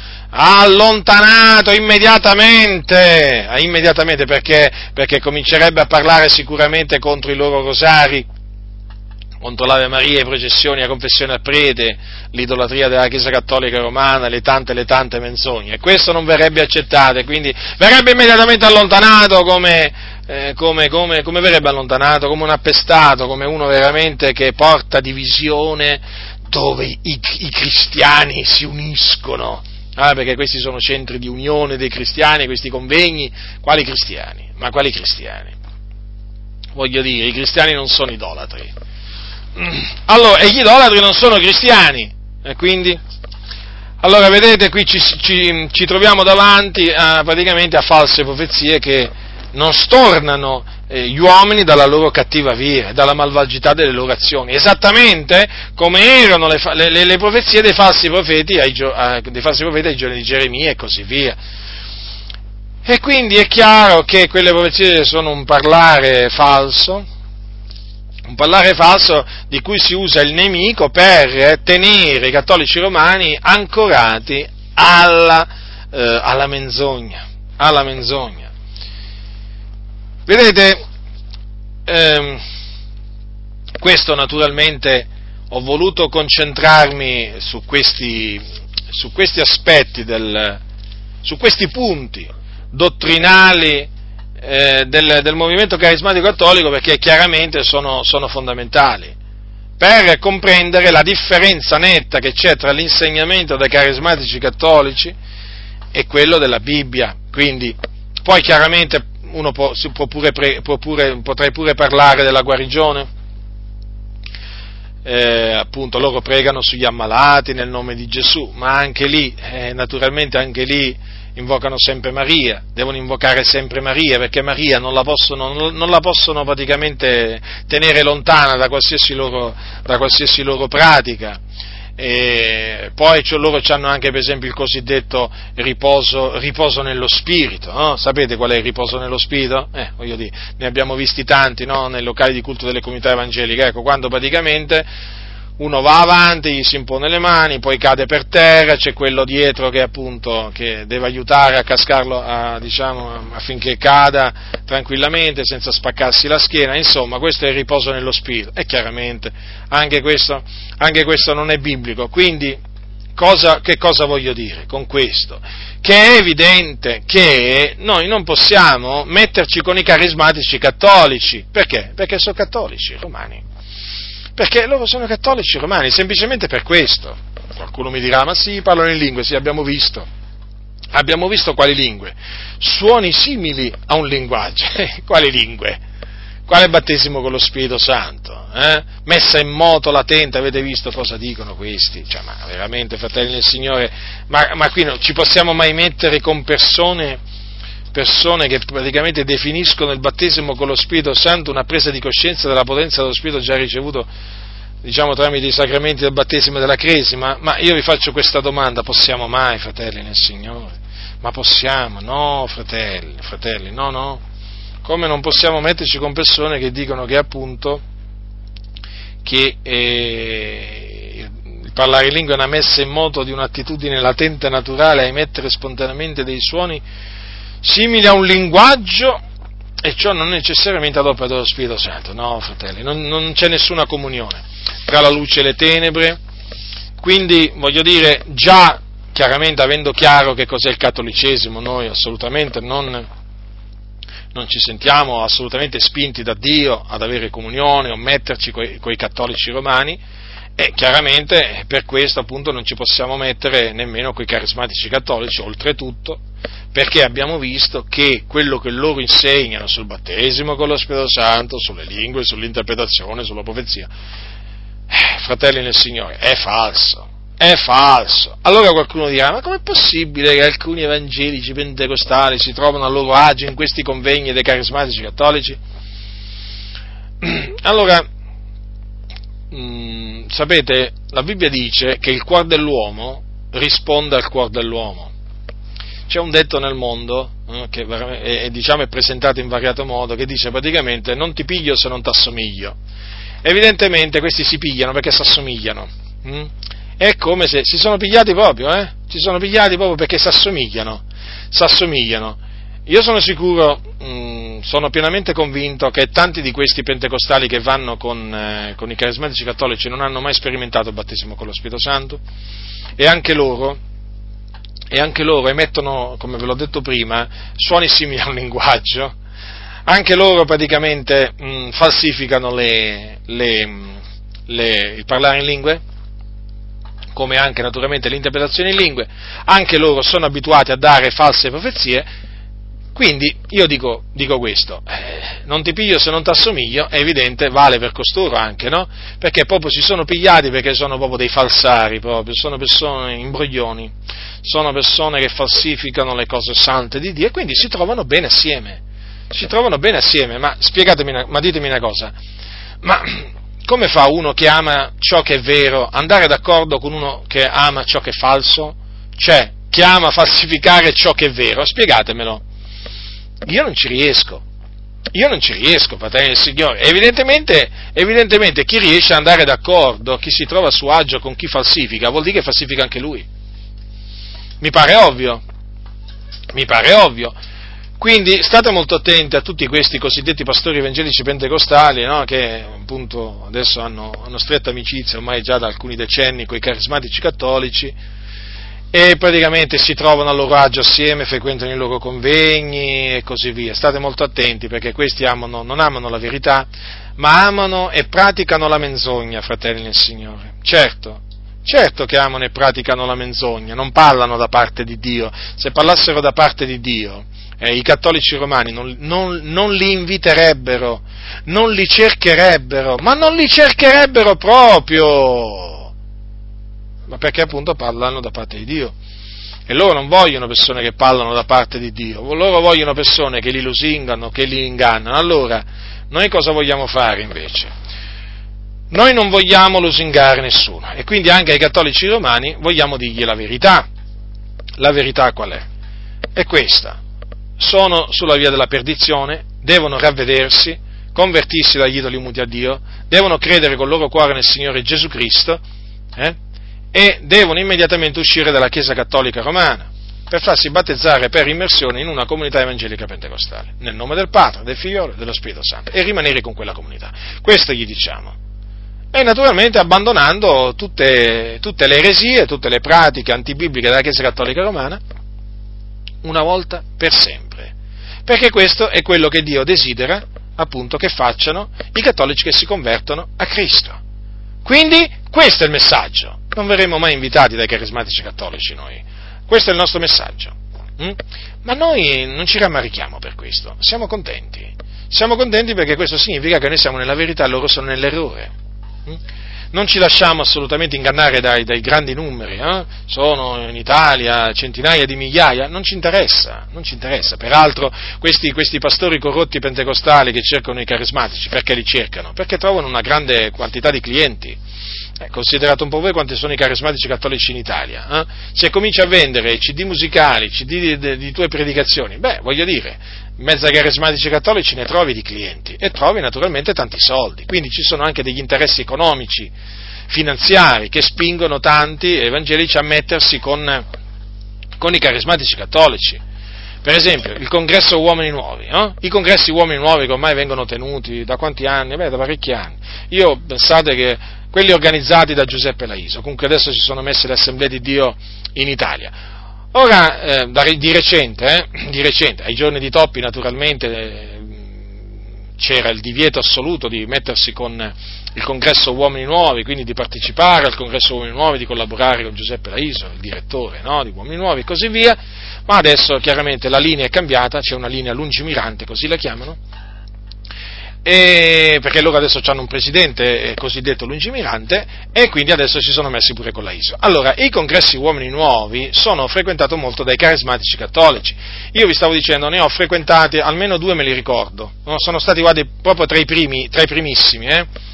immediatamente, perché comincerebbe a parlare sicuramente contro i loro rosari, contro l'Ave Maria, le processioni, la confessione al prete, l'idolatria della Chiesa Cattolica Romana, le tante menzogne, e questo non verrebbe accettato, e quindi verrebbe immediatamente allontanato come verrebbe allontanato? Come un appestato, come uno veramente che porta divisione dove i cristiani si uniscono. Perché questi sono centri di unione dei cristiani, questi convegni. Quali cristiani? Ma quali cristiani? Voglio dire, i cristiani non sono idolatri. Allora, e gli idolatri non sono cristiani. E quindi? Allora, vedete, qui ci troviamo davanti praticamente a false profezie che non stornano gli uomini dalla loro cattiva via, dalla malvagità delle loro azioni, esattamente come erano le profezie dei falsi profeti ai giorni di Geremia e così via. E quindi è chiaro che quelle profezie sono un parlare falso di cui si usa il nemico per tenere i cattolici romani ancorati alla menzogna. Vedete, questo naturalmente ho voluto concentrarmi su questi aspetti, su questi punti dottrinali del movimento carismatico cattolico, perché chiaramente sono fondamentali per comprendere la differenza netta che c'è tra l'insegnamento dei carismatici cattolici e quello della Bibbia. Quindi, poi chiaramente uno potrei pure parlare della guarigione, appunto loro pregano sugli ammalati nel nome di Gesù, ma anche lì, naturalmente anche lì invocano sempre Maria, devono invocare sempre Maria, perché Maria non la possono praticamente tenere lontana da qualsiasi loro pratica. E poi loro hanno anche, per esempio, il cosiddetto riposo nello spirito, no? Sapete qual è il riposo nello spirito? Voglio dire, ne abbiamo visti tanti, no? Nei locali di culto delle comunità evangeliche, ecco, quando praticamente uno va avanti, gli si impone le mani, poi cade per terra, c'è quello dietro che appunto che deve aiutare a cascarlo, affinché cada tranquillamente senza spaccarsi la schiena. Insomma, questo è il riposo nello spirito, e chiaramente anche questo non è biblico. Quindi che cosa voglio dire con questo? Che è evidente che noi non possiamo metterci con i carismatici cattolici. Perché? Perché sono cattolici romani. Perché loro sono cattolici romani, semplicemente per questo. Qualcuno mi dirà, ma sì, parlano in lingue, sì, abbiamo visto quali lingue? Suoni simili a un linguaggio. Quali lingue? Quale battesimo con lo Spirito Santo? Messa in moto la tenda, avete visto cosa dicono questi? Cioè, ma veramente, fratelli del Signore, ma qui non ci possiamo mai mettere con persone che praticamente definiscono il battesimo con lo Spirito Santo una presa di coscienza della potenza dello Spirito già ricevuto, tramite i sacramenti del battesimo e della cresima. Ma io vi faccio questa domanda: possiamo mai, fratelli nel Signore? Ma possiamo? No, fratelli, no. Come non possiamo metterci con persone che dicono che appunto che il parlare in lingua è una messa in moto di un'attitudine latente e naturale a emettere spontaneamente dei suoni simili a un linguaggio, e ciò non necessariamente ad opera dello Spirito Santo. No, fratelli, non c'è nessuna comunione tra la luce e le tenebre. Quindi, voglio dire, già chiaramente avendo chiaro che cos'è il cattolicesimo, noi assolutamente non ci sentiamo assolutamente spinti da Dio ad avere comunione o metterci coi cattolici romani, e chiaramente per questo appunto non ci possiamo mettere nemmeno coi carismatici cattolici, oltretutto perché abbiamo visto che quello che loro insegnano sul battesimo con lo Spirito Santo, sulle lingue, sull'interpretazione, sulla profezia, fratelli nel Signore, è falso. Allora qualcuno dirà, ma com'è possibile che alcuni evangelici pentecostali si trovano a loro agio in questi convegni dei carismatici cattolici? Allora, sapete, la Bibbia dice che il cuore dell'uomo risponde al cuore dell'uomo. C'è un detto nel mondo che è presentato in variato modo, che dice praticamente: non ti piglio se non ti assomiglio. Evidentemente questi si pigliano perché si assomigliano. È come se si sono pigliati proprio, perché si assomigliano. Io sono sicuro, sono pienamente convinto che tanti di questi pentecostali che vanno con i carismatici cattolici non hanno mai sperimentato il battesimo con lo Spirito Santo, e anche loro emettono, come ve l'ho detto prima, suoni simili a un linguaggio. Anche loro praticamente falsificano il parlare in lingue, come anche naturalmente l'interpretazione in lingue. Anche loro sono abituati a dare false profezie. Quindi io dico questo, non ti piglio se non ti assomiglio, è evidente, vale per costoro anche, no? Perché proprio si sono pigliati, perché sono proprio dei falsari, proprio, sono persone imbroglioni, sono persone che falsificano le cose sante di Dio, e quindi si trovano bene assieme, ma ma ditemi una cosa, ma come fa uno che ama ciò che è vero andare d'accordo con uno che ama ciò che è falso? Cioè, che ama falsificare ciò che è vero? Spiegatemelo. Io non ci riesco, fratelli del Signore. Evidentemente chi riesce ad andare d'accordo, chi si trova a suo agio con chi falsifica, vuol dire che falsifica anche lui. Mi pare ovvio. Quindi state molto attenti a tutti questi cosiddetti pastori evangelici pentecostali, no? Che appunto adesso hanno stretta amicizia ormai già da alcuni decenni con i carismatici cattolici, e praticamente si trovano a loro agio assieme, frequentano i loro convegni e così via. State molto attenti, perché questi non amano la verità, ma amano e praticano la menzogna, fratelli nel Signore. Certo che amano e praticano la menzogna, non parlano da parte di Dio. Se parlassero da parte di Dio, i cattolici romani non li inviterebbero, non li cercherebbero proprio. Ma perché appunto parlano da parte di Dio, e loro non vogliono persone che parlano da parte di Dio, loro vogliono persone che li lusingano, che li ingannano. Allora, noi cosa vogliamo fare invece? Noi non vogliamo lusingare nessuno, e quindi anche ai cattolici romani vogliamo dirgli la verità. La verità qual è? È questa: sono sulla via della perdizione, devono ravvedersi, convertirsi dagli idoli muti a Dio, devono credere col loro cuore nel Signore Gesù Cristo, e devono immediatamente uscire dalla Chiesa Cattolica Romana per farsi battezzare per immersione in una comunità evangelica pentecostale, nel nome del Padre, del Figlio e dello Spirito Santo, e rimanere con quella comunità. Questo gli diciamo. E naturalmente abbandonando tutte le eresie, tutte le pratiche antibibliche della Chiesa Cattolica Romana, una volta per sempre. Perché questo è quello che Dio desidera, appunto, che facciano i cattolici che si convertono a Cristo. Quindi, questo è il messaggio. Non verremo mai invitati dai carismatici cattolici noi. Questo è il nostro messaggio. Ma noi non ci rammarichiamo per questo. Siamo contenti. Siamo contenti perché questo significa che noi siamo nella verità e loro sono nell'errore. Non ci lasciamo assolutamente ingannare dai grandi numeri, sono in Italia centinaia di migliaia, non ci interessa. Peraltro questi pastori corrotti pentecostali che cercano i carismatici, perché li cercano? Perché trovano una grande quantità di clienti. Considerate un po' voi quanti sono i carismatici cattolici in Italia. Se cominci a vendere CD musicali, CD di tue predicazioni, voglio dire, in mezzo ai carismatici cattolici ne trovi di clienti e trovi naturalmente tanti soldi, quindi ci sono anche degli interessi economici, finanziari, che spingono tanti evangelici a mettersi con i carismatici cattolici. Per esempio, il congresso Uomini Nuovi, i congressi Uomini Nuovi che ormai vengono tenuti da quanti anni? Da parecchi anni. Pensate che quelli organizzati da Giuseppe Laiso, comunque adesso si sono messe le assemblee di Dio in Italia. Ora, di recente, ai giorni di Toppi naturalmente c'era il divieto assoluto di mettersi con il congresso Uomini Nuovi, quindi di partecipare al congresso Uomini Nuovi, di collaborare con Giuseppe Laiso, il direttore di Uomini Nuovi e così via, ma adesso chiaramente la linea è cambiata, c'è una linea lungimirante, così la chiamano, perché loro adesso hanno un presidente cosiddetto lungimirante e quindi adesso si sono messi pure con Laiso. Allora, i congressi Uomini Nuovi sono frequentati molto dai carismatici cattolici. Io vi stavo dicendo, ne ho frequentati almeno 2, me li ricordo, sono stati proprio tra i primissimi,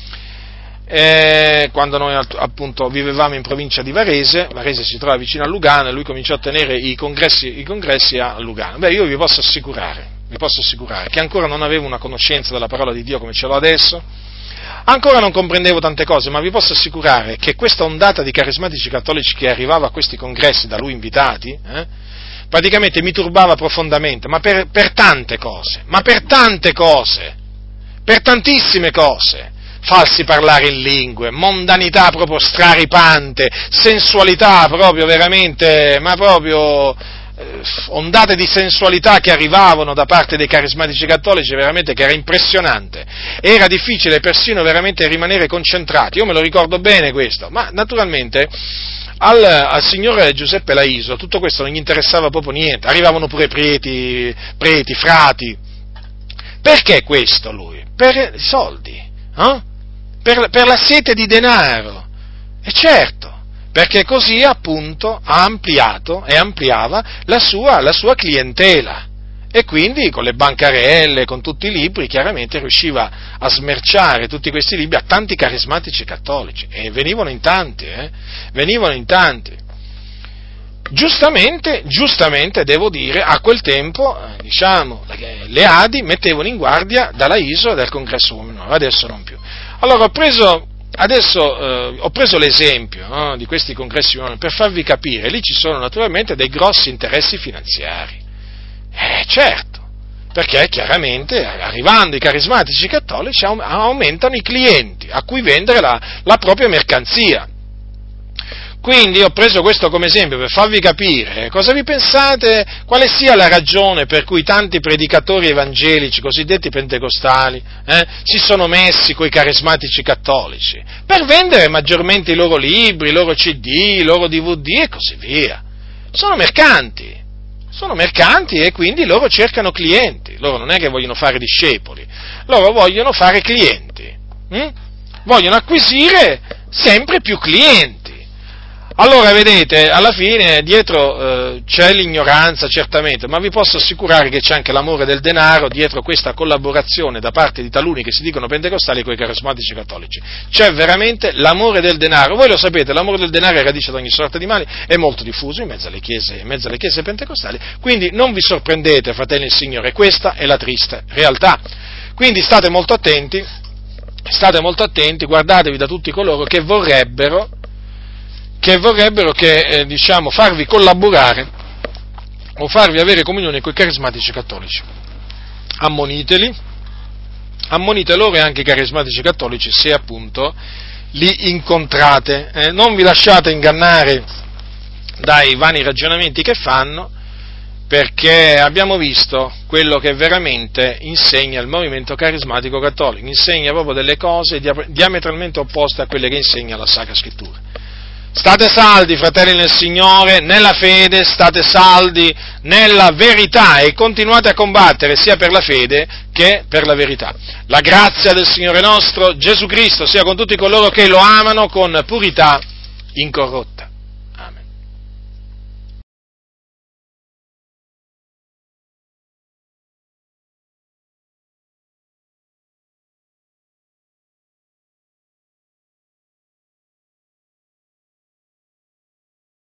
quando noi appunto vivevamo in provincia di Varese si trova vicino a Lugano, e lui cominciò a tenere i congressi a Lugano. Io vi posso assicurare che ancora non avevo una conoscenza della parola di Dio come ce l'ho adesso, ancora non comprendevo tante cose, ma vi posso assicurare che questa ondata di carismatici cattolici che arrivava a questi congressi da lui invitati, praticamente mi turbava profondamente, ma per tante cose, per tantissime cose. Falsi parlare in lingue, mondanità proprio straripante, sensualità proprio veramente, ma proprio ondate di sensualità che arrivavano da parte dei carismatici cattolici, veramente che era impressionante, era difficile persino veramente rimanere concentrati. Io me lo ricordo bene questo, ma naturalmente al signor Giuseppe Laiso tutto questo non gli interessava proprio niente, arrivavano pure preti, frati. Perché questo lui? Per i soldi, per la sete di denaro, e certo, perché così appunto ha ampliato e ampliava la sua clientela, e quindi con le bancarelle, con tutti i libri, chiaramente riusciva a smerciare tutti questi libri a tanti carismatici cattolici, e venivano in tanti. Giustamente devo dire, a quel tempo, le Adi mettevano in guardia da Laiso e dal congresso Uomini Nuovi, adesso non più. Allora ho preso l'esempio di questi congressi Uomini Nuovi per farvi capire, lì ci sono naturalmente dei grossi interessi finanziari, certo, perché chiaramente arrivando i carismatici cattolici aumentano i clienti a cui vendere la propria mercanzia. Quindi ho preso questo come esempio per farvi capire cosa vi pensate, quale sia la ragione per cui tanti predicatori evangelici, cosiddetti pentecostali, si sono messi coi carismatici cattolici, per vendere maggiormente i loro libri, i loro CD, i loro DVD e così via. Sono mercanti e quindi loro cercano clienti, loro non è che vogliono fare discepoli, loro vogliono fare clienti, vogliono acquisire sempre più clienti. Allora, vedete, alla fine dietro c'è l'ignoranza, certamente, ma vi posso assicurare che c'è anche l'amore del denaro dietro questa collaborazione da parte di taluni che si dicono pentecostali con i carismatici cattolici. C'è veramente l'amore del denaro. Voi lo sapete, l'amore del denaro è radice di ogni sorta di male, è molto diffuso in mezzo alle chiese pentecostali, quindi non vi sorprendete, fratelli del Signore, questa è la triste realtà. Quindi state molto attenti, guardatevi da tutti coloro che vorrebbero farvi collaborare o farvi avere comunione con i carismatici cattolici. Ammonite loro e anche i carismatici cattolici se appunto li incontrate. Non vi lasciate ingannare dai vani ragionamenti che fanno, perché abbiamo visto quello che veramente insegna il movimento carismatico cattolico. Insegna proprio delle cose diametralmente opposte a quelle che insegna la Sacra Scrittura. State saldi, fratelli nel Signore, nella fede, state saldi nella verità e continuate a combattere sia per la fede che per la verità. La grazia del Signore nostro Gesù Cristo sia con tutti coloro che lo amano con purità incorrotta.